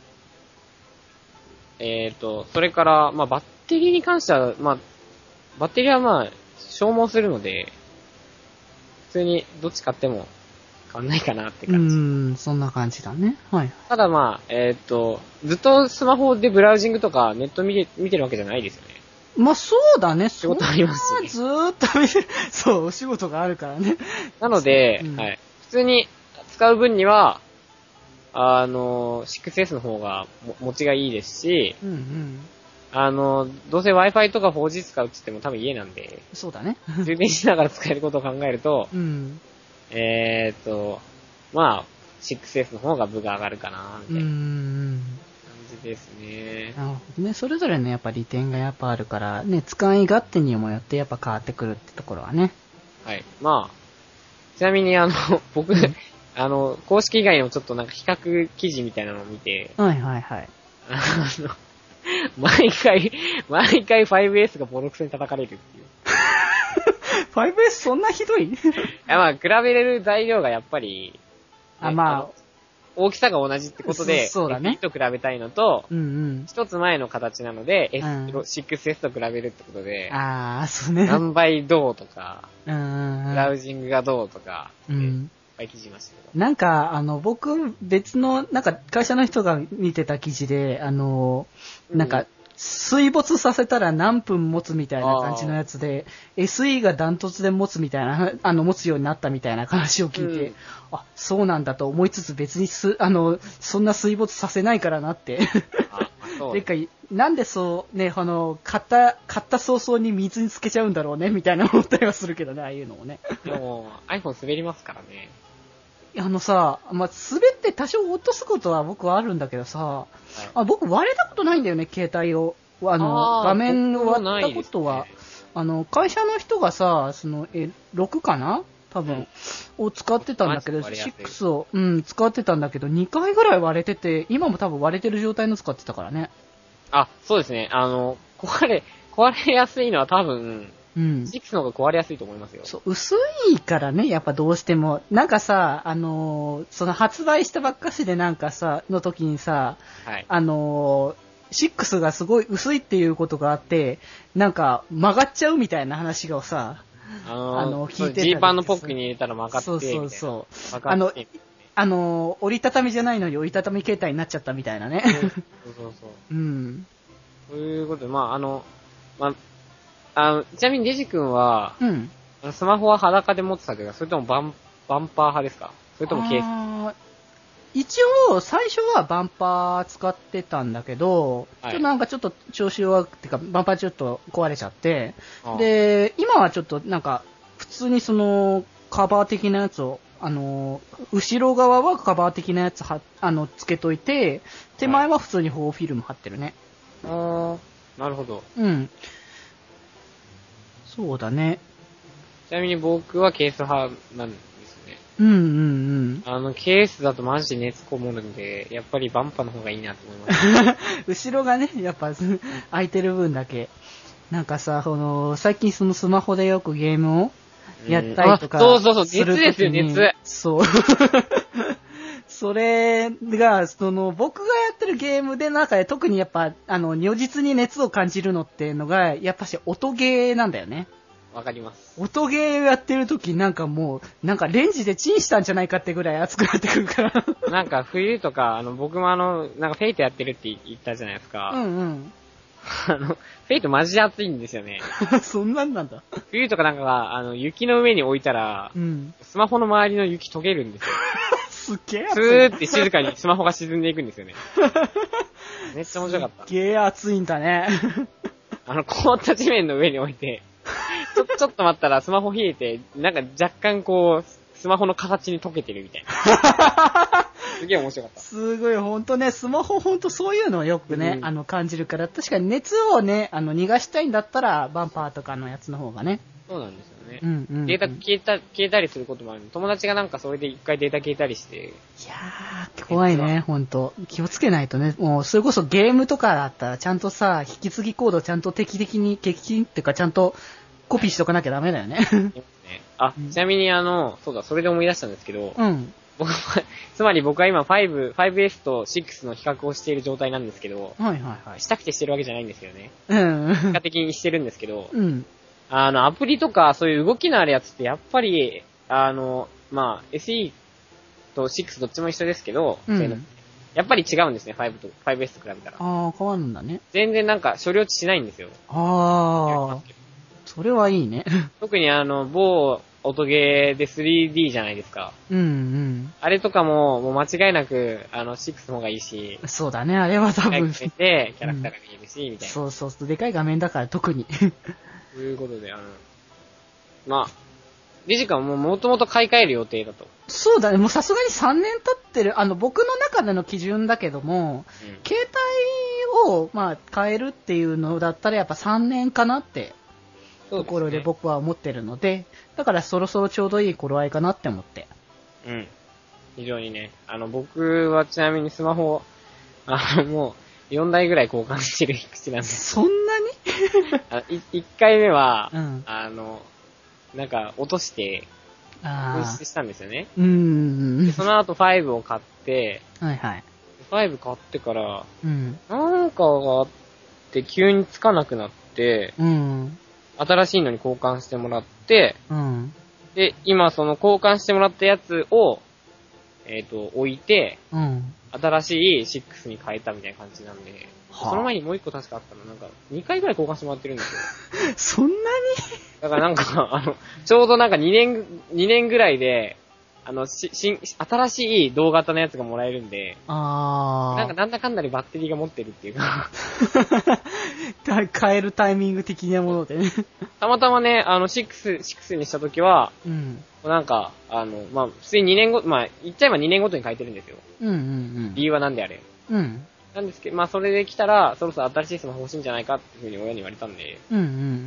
えっと、それから、まあ、バッテリーに関しては、まあ、バッテリーはまあ、消耗するので、普通にどっち買っても変わんないかなって感じ。 うん、そんな感じだね。はい。 ただまあ、えっと、ずっとスマホでブラウジングとかネット見て、見てるわけじゃないですよね。 まあそうだね、 仕事ありますし、ね。 ずーっと見てる。そう、お仕事があるからね。 なので、うん、はい。普通に使う分には、あの、シックスエス の方が持ちがいいですし、 うんうん、 あの、どうせ Wi-Fi とか フォージー 使うって言っても多分家なんで、 そうだね。 充電しながら使えることを考えると、 うん、 えーっと、まあ、シックスエス の方が分が上がるかな、みたいな感じですね。 なるほどね。それぞれね、やっぱ利点がやっぱあるから、ね、使い勝手にもよってやっぱ変わってくるってところはね。 はい。まあ、ちなみにあの、僕、うんあの、公式以外のちょっとなんか比較記事みたいなのを見て、 はいはいはい。 あの、毎回、毎回 ファイブエス がボロクソに叩かれるっていう。 ファイブエス そんなひどいいやまあ、比べれる材料がやっぱり、ね、 あ、まあ、 大きさが同じってことで、 そうだね。 エスピー と比べたいのと、 うんうん、 一つ前の形なので、 うん、 シックスエス と比べるってことで、 ああ、そうね。 何倍どうとか、 うん、 ブラウジングがどうとか、 うん記事ましたけど。 なんか、あの、僕、別の、なんか、会社の人が見てた記事で、あの、なんか、水没させたら何分持つみたいな感じのやつで、エスイー がダントツで持つみたいな、あの、持つようになったみたいな話を聞いて、うん、あ、そうなんだと思いつつ別にす、あの、そんな水没させないからなって。あ、そう。でか、なんでそう、ね、あの、買った、買った早々に水につけちゃうんだろうね、みたいな思ったりはするけどね、ああいうのをね。 でも、iPhone 滑りますからね。 あのさ、まあ、滑って多少落とすことは僕はあるんだけどさ、はい、あ僕割れたことないんだよね、携帯を。あの、画面を割ったことは、ね、あの、会社の人がさ、その、え、ろくかな多分、うん、を使ってたんだけど、ろくを、うん、使ってたんだけど、にかいぐらい割れてて、今も多分割れてる状態の使ってたからね。 あ、そうですね。あの、壊れ、壊れやすいのは多分、うん。ろくの方が壊れやすいと思いますよ。 そう、薄いからね、やっぱどうしても。なんかさ、あのー、その発売したばっかしでなんかさ、の時にさ、はい、あのー、ろくがすごい薄いっていうことがあって、なんか曲がっちゃうみたいな話がさ、 あのー、あの聞いてた。ジーパンのポックに入れたら曲がって、 そうそうそう。あの、あのー、折りたたみじゃないのに折りたたみ携帯になっちゃったみたいなね。 そうそうそう。 うん。 そういうことで、まああの、まあ、あの、ちなみにデジ君は、うん、スマホは裸で持ってたけど、それともバン、バンパー派ですか？それともケース？ 一応、最初はバンパー使ってたんだけど、はい、ちょっとなんかちょっと調子弱くてか、バンパーちょっと壊れちゃって、で、今はちょっとなんか、普通にその、カバー的なやつを、あの、後ろ側はカバー的なやつは、あの、つけといて、手前は普通に保護フィルム貼ってるね。 はい、あー、なるほど。 うん。そうだね。 ちなみに僕はケース派なんですね。 うんうんうん。 あの、ケースだとマジで熱こもるんで、やっぱりバンパの方がいいなと思います。 後ろがね、やっぱ空いてる分だけ。なんかさ、この、最近そのスマホでよくゲームをやったりとか、 そうそうそう、熱ですよ、熱。 そう。それが、その、僕がやってるゲームで中で特にやっぱ、あの、如実に熱を感じるのっていうのが、やっぱし音ゲーなんだよね。 わかります。 音ゲーやってる時なんかもう、なんかレンジでチンしたんじゃないかってぐらい熱くなってくるから。 なんか冬とか、あの、僕もあの、なんかフェイトやってるって言ったじゃないですか。 うんうん。 あの、フェイトマジで熱いんですよね。 そんなんなんだ。 冬とかなんか、あの、雪の上に置いたら、うん、スマホの周りの雪溶けるんですよ。 すっげえ熱い。スーって静かにスマホが沈んでいくんですよね。めっちゃ面白かった。 すっげえ熱いんだね。 あの、凍った地面の上に置いて、ちょ、ちょっと待ったらスマホ冷えて、なんか若干こう、スマホの形に溶けてるみたいな。すげえ面白かった。 すごい、ほんとね、スマホほんとそういうのをよくね、うん、あの、感じるから、確かに熱をね、あの、逃がしたいんだったら、バンパーとかのやつの方がね。 そうなんですよね。 ね。 うんうん、うん。 データ消えた、消えたりすることもある。友達がなんかそれで一回データ消えたりして。いやー、怖いね、ほんと。気をつけないとね。もう、それこそゲームとかだったら、ちゃんとさ、引き継ぎコードちゃんと定期的に、定期的にっていうか、ちゃんとコピーしとかなきゃダメだよね。 ねあ、ちなみにあの、そうだ、それで思い出したんですけど、 うん。 僕つまり僕は今ファイブ、ファイブエス とシックスの比較をしている状態なんですけど、 はいはいはい。 したくてしてるわけじゃないんですけどね。 うん。 結果的にしてるんですけど、 うん。 あの、アプリとかそういう動きのあるやつってやっぱり、あの、まあ、エスイー とシックスどっちも一緒ですけど、 うん、 そういうのやっぱり違うんですね、ファイブと、ファイブエス と比べたら。 ああ、変わるんだね。 全然なんか処理落ちしないんですよ。 ああ、それはいいね。 特にあの、某音ゲーで スリーディー じゃないですか。 うんうん。 あれとかも、もう間違いなく、あの、シックスの方がいいし。 そうだね、あれは多分。 キャて、キャラクターが見えるし、うん、みたいな。 そうそうそう、でかい画面だから特に。 ということで、あの、まあ、デジカはもう元々買い替える予定だと。 そうだね、もうさすがにさんねん経ってる、あの、僕の中での基準だけども、うん、携帯を、まあ、変えるっていうのだったらやっぱさんねんかなって、ところで僕は思ってるので、だからそろそろちょうどいい頃合いかなって思って。 うん。非常にね、あの、僕はちなみにスマホ、あの、もう、よんだいぐらい交換してる口なんです。 そんなにあいいっかいめは、 うん、 あの、なんか、落として、紛失したんですよね。 うーん。 でその後ファイブを買って、 はいはい。 ファイブ買ってから、 うん、 なんかがあって急につかなくなって、 うん、 新しいのに交換してもらって、 うん、 で、今その交換してもらったやつを、えっと、置いて、 うん、 新しいシックスに変えたみたいな感じなんで、はあ、その前にもう一個確かあったの、なんか、にかいぐらい交換してもらってるんですよ。 そんなにだからなんか、あの、ちょうどなんかにねん、にねんぐらいで、あの、し、し、新しい同型のやつがもらえるんで、 あー。 なんかなんだかんだでバッテリーが持ってるっていうか。 変えるタイミング的なものでね。 たまたまね、あの、シックス、シックスにしたときは、 うん。 なんか、あの、まあ、普通ににねんご、まあ、言っちゃえばにねんごとに変えてるんですよ。 うんうんうん。 理由はなんであれ。 うん。 なんですけど、まあ、それで来たら、そろそろ新しいスマホ欲しいんじゃないかっていうふうに親に言われたんで、 うんうん。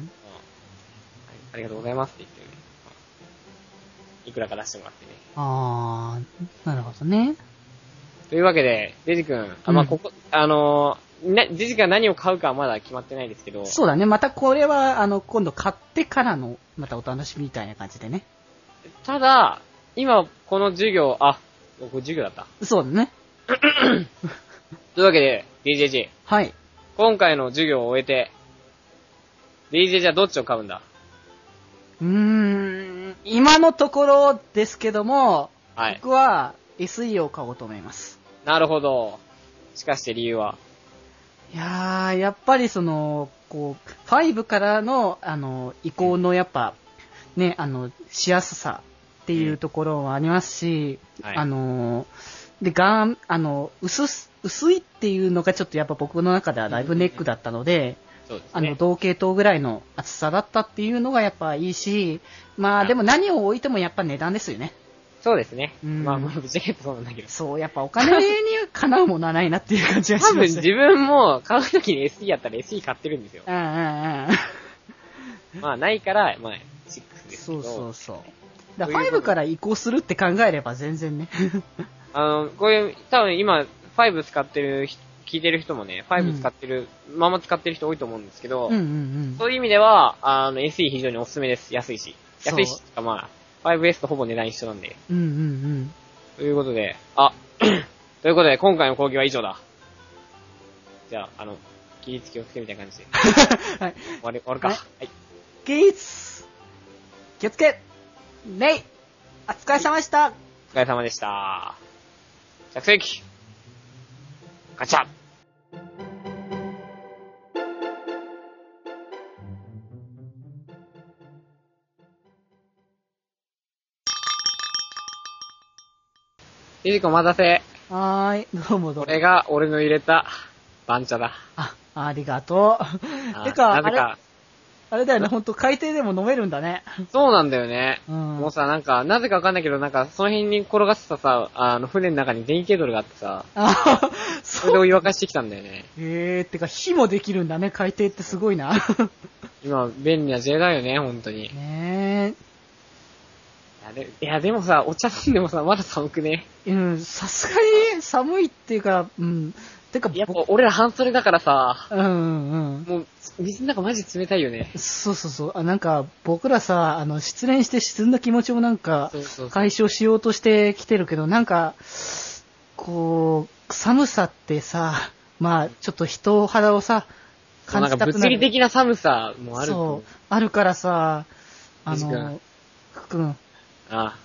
まあ、ありがとうございますって言ってね、まあ、いくらか出してもらってね。 あー、なるほどね。 というわけで、デジ君、あ、まあ、ここ、うん、あのー、な、デジ君が何を買うかはまだ決まってないですけど。 そうだね。またこれは、あの、今度買ってからの、またお楽しみみたいな感じでね。 ただ、今、この授業、あ、これ授業だった。 そうだね。 というわけで、ディージェージェー。 はい。 今回の授業を終えて、ディージェージェー はどっちを買うんだ？ うーん、今のところですけども、はい、僕は エスイー を買おうと思います。 なるほど。しかして理由は？ いやー、やっぱりその、こう、ファイブからの、あの、移行のやっぱ、ね、あの、しやすさっていうところはありますし、うんはい、あの、で、がん、あの、薄、薄いっていうのがちょっとやっぱ僕の中ではだいぶネックだったので、そうですね、あの、同系統ぐらいの厚さだったっていうのがやっぱいいし、まあでも何を置いてもやっぱ値段ですよね。 そうですね。うん、まあ、まあ、ぶっちゃけそうなんだけど。 そう、やっぱお金にかなうものはないなっていう感じがします。 多分自分も買うときに エスイー やったら エスイー 買ってるんですよ。 うんうんうん。 まあ、ないから、まあ、シックスですけど。 そうそうそう。だからファイブから移行するって考えれば全然ね。 あの、こういう、多分今、ファイブ使ってる、聞いてる人もね、ファイブ使ってる、うん、まま使ってる人多いと思うんですけど、 うんうんうん、 そういう意味では、あの、エスイー 非常におすすめです。安いし。安いし、まあ、ファイブエス とほぼ値段一緒なんで。 うんうんうん。 ということで、あ、ということで、今回の講義は以上だ。じゃあ、あの、起立気をつけみたいな感じで。はい。終わる、終わるか。はい。はい、 起立気をつけレイお疲れ様でした。 お疲れ様でした。着席ガチャデジ君お待たせ。 はーい、どうもどうも。 これが俺の入れた番茶だ。 あ、ありがとう。てか、なぜか、あれ、あれだよね、ほんと海底でも飲めるんだね。 そうなんだよね。 うん、 もうさ、なんか、なぜかわかんないけど、なんか、その辺に転がってたさ、あの、船の中に電気ケーブルがあってさ、あそれでお湯沸かしてきたんだよね。 へー、てか火もできるんだね、海底ってすごいな。 今、便利な時代だよね、ほんとに。 ねいやで、いやでもさ、お茶飲んでもさ、まだ寒くね。 うん、さすがに寒いっていうか、うん。てか、 やっぱ俺ら半袖だからさ、 うんうん。 もう、水の中マジ冷たいよね。 そうそうそう。あ、なんか、僕らさ、あの、失恋して沈んだ気持ちをなんか、解消しようとしてきてるけど、なんか、こう、寒さってさ、まあ、ちょっと人肌をさ、 感じたくなる。なんか物理的な寒さもあると。そう、 あるからさ、あの、ふくん。 ああ。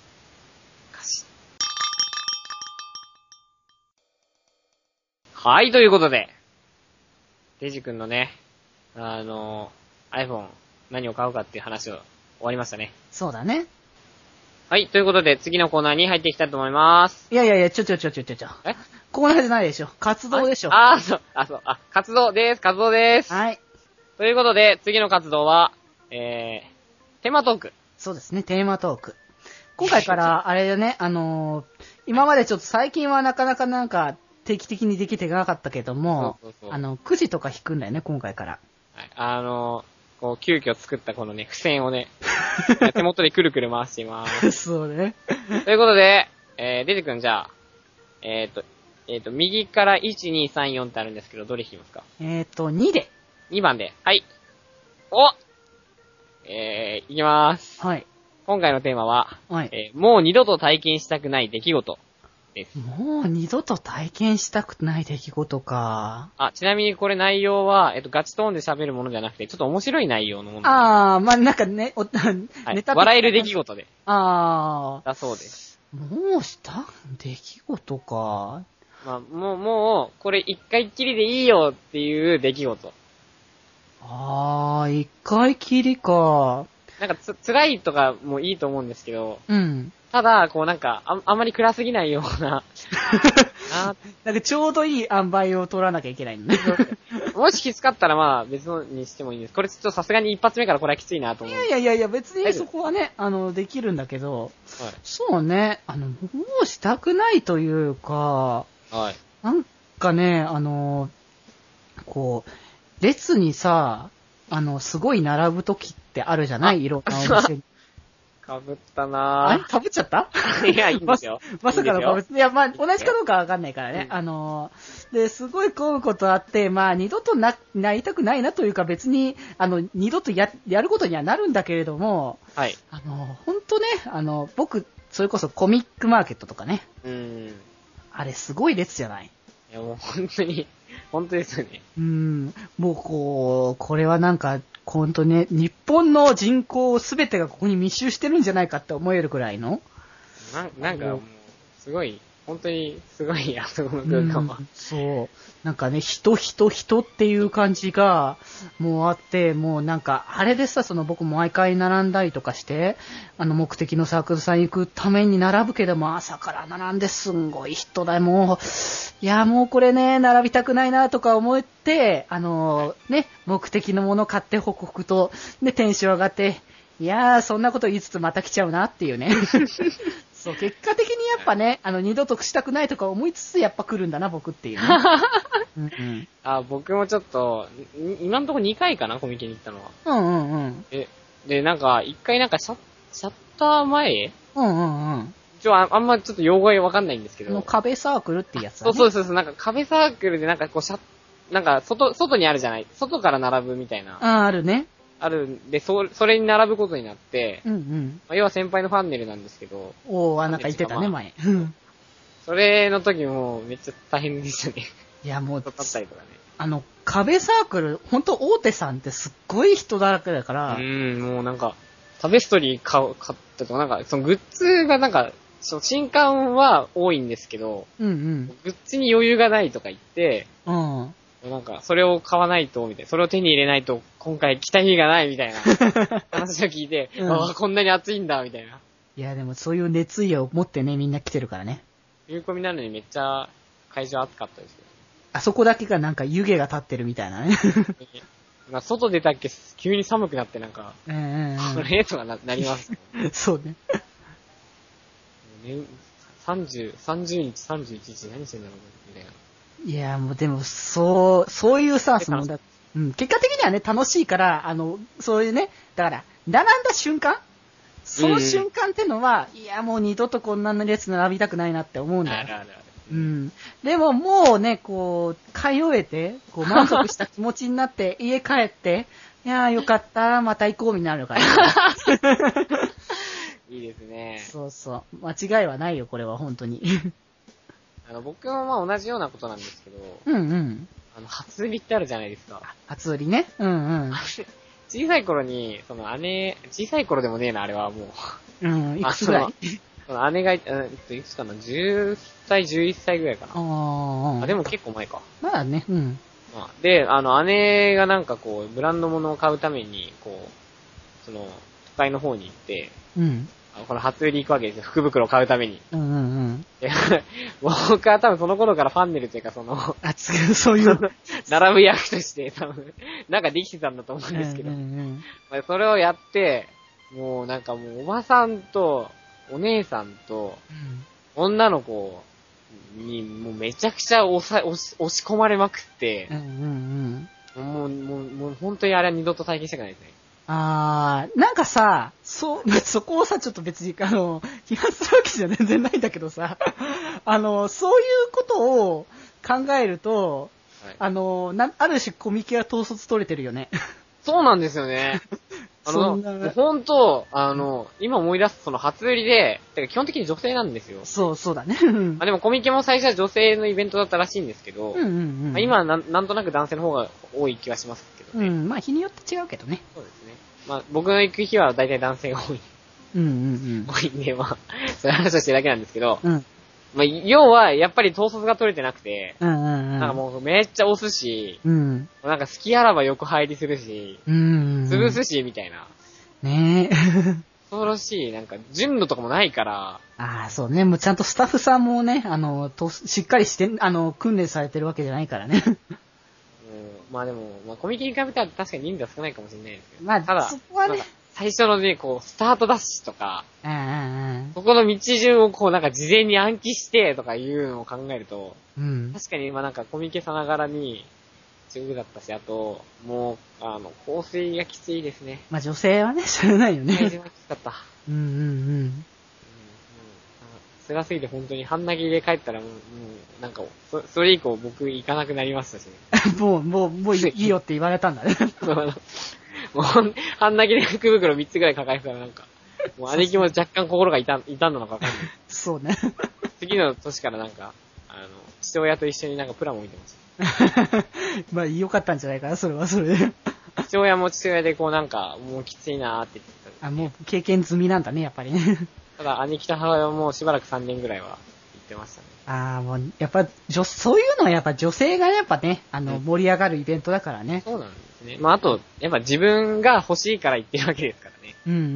はい、ということで、デジ君のね、あの、iPhone 何を買うかっていう話を終わりましたね。 そうだね。 はい、ということで次のコーナーに入っていきたいと思います。 いやいやいや、ちょちょちょちょちょちょ。えコーナーじゃないでしょ。活動でしょ。 ああ、そう、あ、そう、あ、活動です、活動です。 はい。 ということで、次の活動は、えー、テーマトーク。 そうですね、テーマトーク。今回から、あれだね、あのー、今までちょっと最近はなかなかなんか、定期的にできてなかったけども、そうそうそう、あの、くじとか引くんだよね、今回から。 はい、あのー、こう、急遽作ったこのね、付箋をね、手元でくるくる回しています。 そうね。 ということで、えー、デジ君じゃあ、えっ、ー、と、えっ、ー、と、右からいち、に、さん、よんってあるんですけど、どれ引きますか？ えっ、ー、と、にで。 にばんで。はい。おえー、いきまーす。 はい。 今回のテーマは、 はい。 えー、もう二度と体験したくない出来事です。 もう二度と体験したくない出来事か。 あ、ちなみにこれ内容は、えっと、ガチトーンで喋るものじゃなくて、ちょっと面白い内容のもの。 あー、まあ、なんかね、お、はい、ネタ笑える出来事で。 あー。 だそうです。 もうした出来事か。 まあ、もう、もう、これ一回きりでいいよっていう出来事。 あー、一回きりか。 なんかつ、辛いとかもいいと思うんですけど。 うん。 ただ、こうなんか、あ、あんまり暗すぎないような。 なんかちょうどいい塩梅を取らなきゃいけないんだね。 もしきつかったらまあ別のにしてもいいんです。これちょっとさすがに一発目からこれはきついなと思う。 いやいやいやいや、別にそこはね、あの、できるんだけど、はい、そうね、あの、もうしたくないというか、 はい。 なんかね、あの、こう、列にさ、あの、すごい並ぶときってあるじゃない？いろんなお店に。 かぶったなぁ。 あれかぶっちゃったいや、いいんですよ。 ま、まさかのかぶって、いや、まあ、同じかどうかわかんないからね。うん、あのー、で、すごい混むことあって、まあ、二度とな、なりたくないなというか、別に、あの、二度とや、やることにはなるんだけれども、 はい。 あの、ほんとね、あの、僕、それこそコミックマーケットとかね。 うん。 あれ、すごい列じゃない？ いや、もう本当に、本当ですよね。 うん。もう、こう、これはなんか、ほんとね、日本の人口すべてがここに密集してるんじゃないかって思えるくらいの。 な、なんかもう、すごい、本当にすごい、あそこの空間は、うん。 そう。なんかね、人、人、人っていう感じが、もうあって、もうなんか、あれでさ、その僕毎回並んだりとかして、あの目的のサークルさん行くために並ぶけども、朝から並んですんごい人だよ、もう、いや、もうこれね、並びたくないなとか思って、あのー、ね、目的のもの買ってホクホクと、で、テンション上がって、いやー、そんなこと言いつつまた来ちゃうなっていうね。そう、結果的にやっぱね、あの、二度としたくないとか思いつつやっぱ来るんだな、僕っていうね。うんうん、 あ、僕もちょっと、今のところにかいかな、コミケに行ったのは。 うんうんうん。 え、で、なんか、いっかいなんかシャッ、シャッター前うんうんうん。 ちょ、あ、あんまちょっと用語わかんないんですけど。 の壁サークルってやつだね。そうそうそう、なんか壁サークルでなんかこうシャッ、なんか外、外にあるじゃない。外から並ぶみたいな。 ああ、あるね。 あるんで、そ、それに並ぶことになって、 うんうん。 まあ、要は先輩のファンネルなんですけど。 おー、あ、なんか言ってたね、前。 それの時もめっちゃ大変でしたね。 いや、もう、 だったりとかね。 あの、壁サークル、ほんと大手さんってすっごい人だらけだから。 うーん、もうなんか、タベストリー買う、買ったとか、なんか、そのグッズがなんか、その新刊は多いんですけど、 うんうん。 グッズに余裕がないとか言って、 うん。 なんか、それを買わないと、みたいな。それを手に入れないと、今回来た日がない、みたいな話を聞いて、うん、ああ、こんなに暑いんだ、みたいな。 いや、でもそういう熱意を持ってね、みんな来てるからね。 冬込みなのにめっちゃ、会場暑かったですよ。 あそこだけがなんか湯気が立ってるみたいなね。 まあ外出たっけ、急に寒くなってなんか、 うんうんうん、 これとか な, なります。 そうね。 ね、さんじゅう、さんじゅうにち、さんじゅういちにち何してんだろうみたいな。 いや、もうでも、そう、そういうさ、その、だうん、結果的にはね、楽しいから、あの、そういうね、だから、並んだ瞬間その瞬間ってのは、いや、もう二度とこんな列並びたくないなって思うんだよ。あるあるある。うん。でももうね、こう、通えて、こう、満足した気持ちになって、家帰って、いやーよかった、また行こうになるから。 いいですね。 そうそう。間違いはないよ、これは、本当に。 あの、僕もまあ同じようなことなんですけど、 うんうん。 あの、初売りってあるじゃないですか。 初売りね。うんうん。 小さい頃に、その姉、小さい頃でもねえな、あれはもう。うん、いくつぐらいその姉が、えっと、いくつかな、じゅっさい、じゅういっさいぐらいかな。ああ、でも結構前か。 まあね、うん。 で、あの、姉がなんかこう、ブランド物を買うために、こう、その、都会の方に行って、 うん。 この初売り行くわけですよ。福袋を買うために。 うんうんうん。 僕は多分その頃からファンネルというかその、 あ、つく、そういう。 並ぶ役として多分、なんかできてたんだと思うんですけど。うんうんうん、それをやって、もうなんかもうおばさんと、お姉さんと、女の子にもうめちゃくちゃ押さ、押し、押し込まれまくって、うんうんうん、もう、もう、もう本当にあれは二度と体験したくないですね。 あー、なんかさ、そう、そこをさ、ちょっと別に、あの、批判するわけじゃ全然ないんだけどさ、あの、そういうことを考えると、はい、あの、な、ある種コミケは統率取れてるよね。 そうなんですよね。あの、本当、あの、今思い出すその初売りで、てか基本的に女性なんですよ。 そう、そうだね。 あでもコミケも最初は女性のイベントだったらしいんですけど、うんうんうんまあ、今はなんなんとなく男性の方が多い気はしますけどね。 うん、まあ日によって違うけどね。 そうですね。まあ僕の行く日は大体男性が多い。 うんうんうん。 多いんで、まあ、そういう話をしてるだけなんですけど、うん、まあ要はやっぱり統率が取れてなくて、うんうんうん、なんかもうめっちゃ押すし、うん、なんか好きあらば横入りするし、うんうんうん、潰すし、みたいな。ねえ。恐ろしい、なんか、順路とかもないから。 ああ、そうね。もうちゃんとスタッフさんもね、あの、と、しっかりして、あの、訓練されてるわけじゃないからね。うん、 まあでも、まあコミケに比べたら確かに人数は少ないかもしれないですけど。 まあ、ただ、そこはね。 最初のね、こう、スタートダッシュとか、 うんうんうん、 そこの道順をこう、なんか事前に暗記してとかいうのを考えると、うん、確かにまあなんかコミケさながらに、中部だったし、あと、もう、あの、香水がきついですね。 まあ女性はね、知らないよね。 体重がきつかった。 うんうんうん。うん、 辛すぎて本当に半泣きで帰ったらもう、もうなんかそ、それ以降僕行かなくなりましたしね。 もう、もう、もういいよって言われたんだね。 もう、半泣きで福袋みっつぐらい抱えてたらなんか、もう姉貴も若干心が痛んだのかわかんない。 そうね。 次の年からなんか、あの、父親と一緒になんかプラモ見てました。 まあ、良かったんじゃないかな、それはそれで。 父親も父親でこうなんか、もうきついなーって言ってた。あ、もう経験済みなんだね、やっぱりね。 ただ、兄貴と母親はもうしばらくさんねんぐらいは言ってましたね。 ああ、もう、やっぱ、女、そういうのはやっぱ女性がやっぱね、あの、うん、盛り上がるイベントだからね。 そうなんですね。まあ、あと、やっぱ自分が欲しいから言ってるわけですからね。 うんうんうん。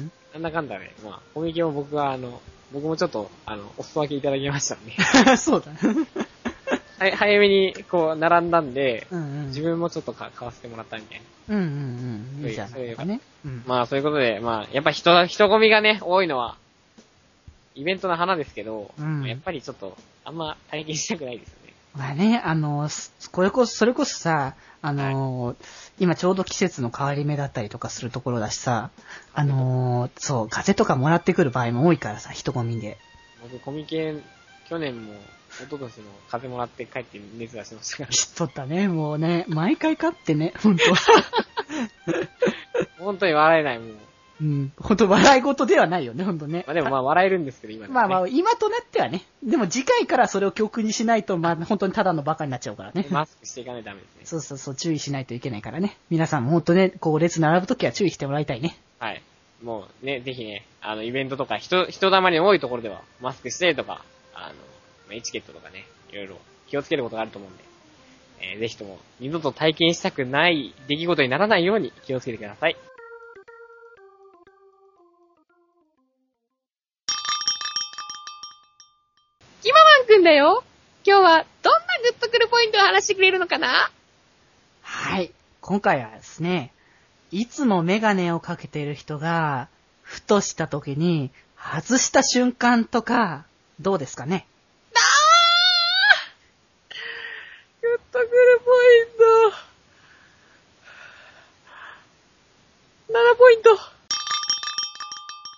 なんだかんだね、まあ、コミケも僕はあの、僕もちょっと、あの、お裾分けいただきましたんで。そうだね。 はい、早めに、こう、並んだんで、うんうん、自分もちょっと買わせてもらったみたいな。 うんうんうん。いいじゃないかね。 うん、まあ、そういうことで、まあ、やっぱ人、人混みがね、多いのは、イベントの花ですけど、うん、やっぱりちょっと、あんま体験したくないですよね。 まあね、あの、これこそ、それこそさ、あの、はい、今ちょうど季節の変わり目だったりとかするところだしさ、あの、そう、風邪とかもらってくる場合も多いからさ、人混みで。 僕、コミケ、去年も、一昨年も風もらって帰って熱出しましたから。 知っとったね、もうね。毎回勝ってね、ほんと。 本当に笑えない、もう。 うん。ほんと笑い事ではないよね、ほんとね。 まあでもまあ笑えるんですけど、今、ね。 まあまあ、今となってはね。でも次回からそれを教訓にしないと、まあ本当にただのバカになっちゃうからね。 マスクしていかないとダメですね。 そうそうそう、注意しないといけないからね。皆さんもほんとね、こう列並ぶときは注意してもらいたいね。 はい。もうね、ぜひね、あの、イベントとか人、人だまり多いところでは、マスクしてとか、あの、エチケットとかね、いろいろ気をつけることがあると思うんで、えー、ぜひとも二度と体験したくない出来事にならないように気をつけてください。 キママンくんだよ。今日はどんなグッとくるポイントを話してくれるのかな？ はい。今回はですね、いつもメガネをかけている人が、ふとした時に外した瞬間とか、どうですかね？ あー！グッとくるポイント。ななポイント。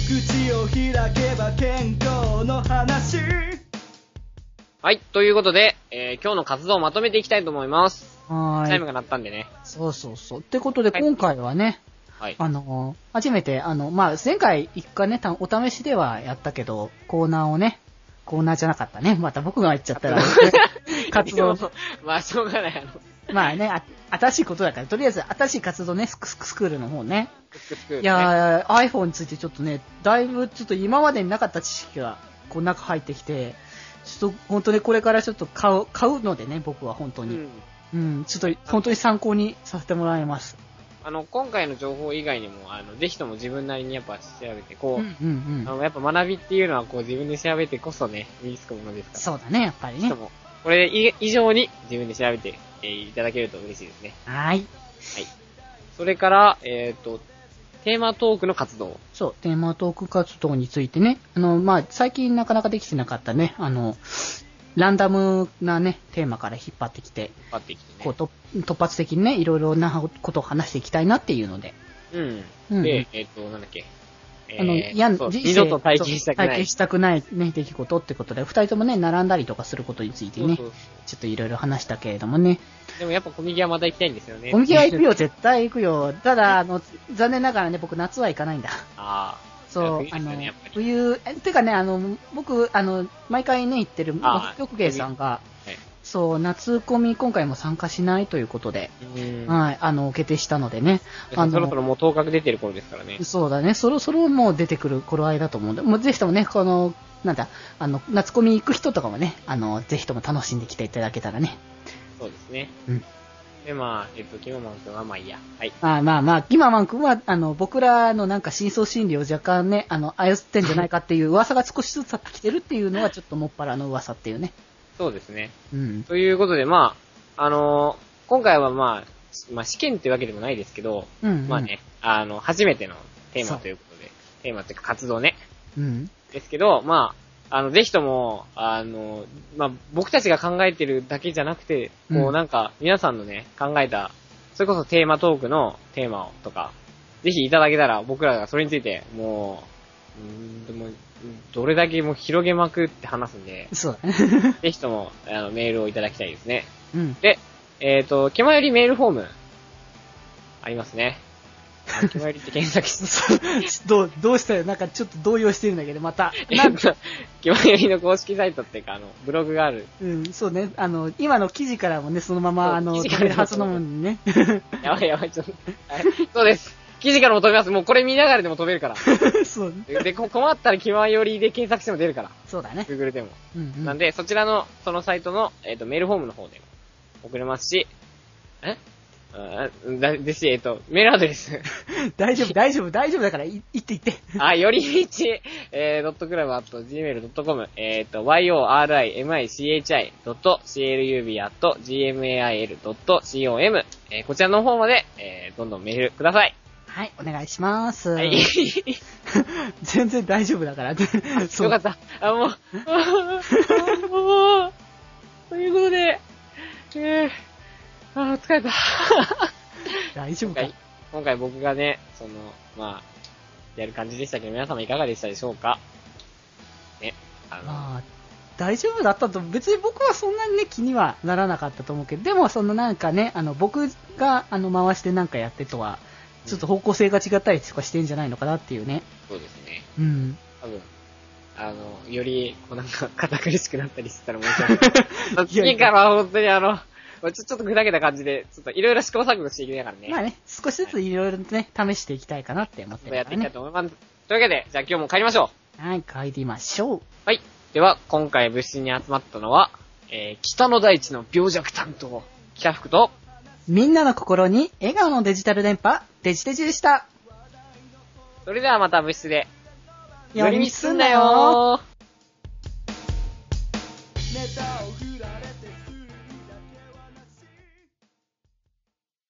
口を開けば健康の話。 はい、ということで、えー、今日の活動をまとめていきたいと思います。 はーい。 チャイムが鳴ったんでね。 そうそうそう。ってことで、今回はね、 はい、 あの、初めて、あの、まあ、前回一回ね、お試しではやったけど、コーナーをね、コーナーじゃなかったね。また僕が言っちゃったら、活動。 まあ、しょうがない、あの。 まあね、あ、新しいことだから、とりあえず新しい活動ね、スクスクスクールの方ね。 スクスクールね。 いやー、iPhone についてちょっとね、だいぶちょっと今までになかった知識が、こう中入ってきて、ちょっと本当にこれからちょっと買う、買うのでね、僕は本当に。うん。うん、ちょっと本当に参考にさせてもらいます。 あの、今回の情報以外にも、あの、ぜひとも自分なりにやっぱ調べて、こう、 うんうんうん、 あの、やっぱ学びっていうのはこう自分で調べてこそね、身につくものですから。 そうだね、やっぱりね。 ぜひとも、これ以上に自分で調べて、えー、いただけると嬉しいですね。 はい。はい。 それから、えっと、テーマトークの活動。 そう、テーマトーク活動についてね、あの、まあ、最近なかなかできてなかったね、あの、ランダムなね、テーマから引っ張ってきて、引っ張ってきてね、 こうと突発的にね、いろいろなことを話していきたいなっていうので。 うん。うん、で、えっ、ー、と、なんだっけ。 あの、 えー、 やん、 二度と体験したくない。 体験したくないね、出来事ってことで、二人ともね、並んだりとかすることについてね、そうそうそうちょっといろいろ話したけれどもね。 でもやっぱコミケはまた行きたいんですよね。 コミケは行くよ、絶対行くよ。ただ、あの、残念ながらね、僕夏は行かないんだ。 ああ。 そう、あの、冬、え、てかね、あの、僕、あの、毎回ね、行ってる、木芸さんが、はい、そう、夏コミ今回も参加しないということで、はい、あの、決定したのでね。 あのそろそろもう当確出てる頃ですからね。 そうだね、そろそろもう出てくる頃合いだと思うんで、もうぜひともね、この、なんだ、あの、夏コミ行く人とかもね、あの、ぜひとも楽しんできていただけたらね。 そうですね。 うん。 で、まあ、えっと、キママン君はまあいいや。はい。 あまあまあ、キママン君は、あの、僕らのなんか真相心理を若干ね、あの、操ってんじゃないかっていう噂が少しずつ来てるっていうのは、ちょっともっぱらの噂っていうね。 そうですね。 うん。 ということで、まあ、あのー、今回はまあ、まあ試験っていうわけでもないですけど、 うん、うん、 まあね、あの、初めてのテーマということで、テーマっていうか活動ね。 うん。 ですけど、まあ、あの、ぜひとも、あの、まあ、僕たちが考えてるだけじゃなくて、こうなんか、皆さんのね、考えた、それこそテーマトークのテーマをとか、ぜひいただけたら僕らがそれについて、もう、うん、でも、どれだけもう広げまくって話すんで、 そうだね。 ぜひとも、あの、メールをいただきたいですね。 うん。 で、えっと、気まよりメールフォーム、ありますね。気まよりって検索して。どう、どうしたよ。なんかちょっと動揺してるんだけど、また。 なんか、気まよりの公式サイトっていうか、あの、ブログがある。 うん、そうね。あの、今の記事からもね、そのまま、あの、飛べるはずのものにね。 やばいやばい、ちょっと。そうです。記事からも飛べます。もうこれ見ながらでも飛べるから。 そうね。で、困ったら気まよりで検索しても出るから。 そうだね。 Google でも。 うんうん、 なんで、そちらの、そのサイトの、えっと、メールフォームの方で送れますし、えだ、ですし、えっと、メールアドレス。 大丈夫、大丈夫、大丈夫だから、い、言って言って。 あ、よりみち、えー、ドットクラブアット、ジーメールドットコム、えっと、ヨーアールアイエムアイシーエイチアイドットシーエルユービーアットジーエムエーアイエルドットコム、えー、こちらの方まで、えー、どんどんメールください。 はい、お願いします。 はい。 全然大丈夫だから。 よかった。あ、もう、もう、ということで、えー、あー、疲れた。 大丈夫か今回、今回僕がね、その、まあ、やる感じでしたけど、皆様いかがでしたでしょうかね、あの、 まあ、大丈夫だったと、別に僕はそんなにね、気にはならなかったと思うけど、でもそのなんかね、あの、僕が、あの、回してなんかやってとは、ちょっと方向性が違ったりとかしてんじゃないのかなっていうね。 そうですね。 うん。 多分、あの、より、こうなんか、堅苦しくなったりしてたら申し訳ない。次からは本当にあの、ちょ、ちょっと砕けた感じで、ちょっといろいろ試行錯誤していきながらね。 まあね、少しずついろいろね、試していきたいかなって思ってるからね。 やっていきたいと思います。というわけで、じゃあ今日も帰りましょう。はい、帰りましょう。 はい。では、今回部室に集まったのは、えー、北の大地の病弱担当、北福と、 みんなの心に笑顔のデジタル電波、デジデジでした。 それではまた部室で、 寄り道すんなよー。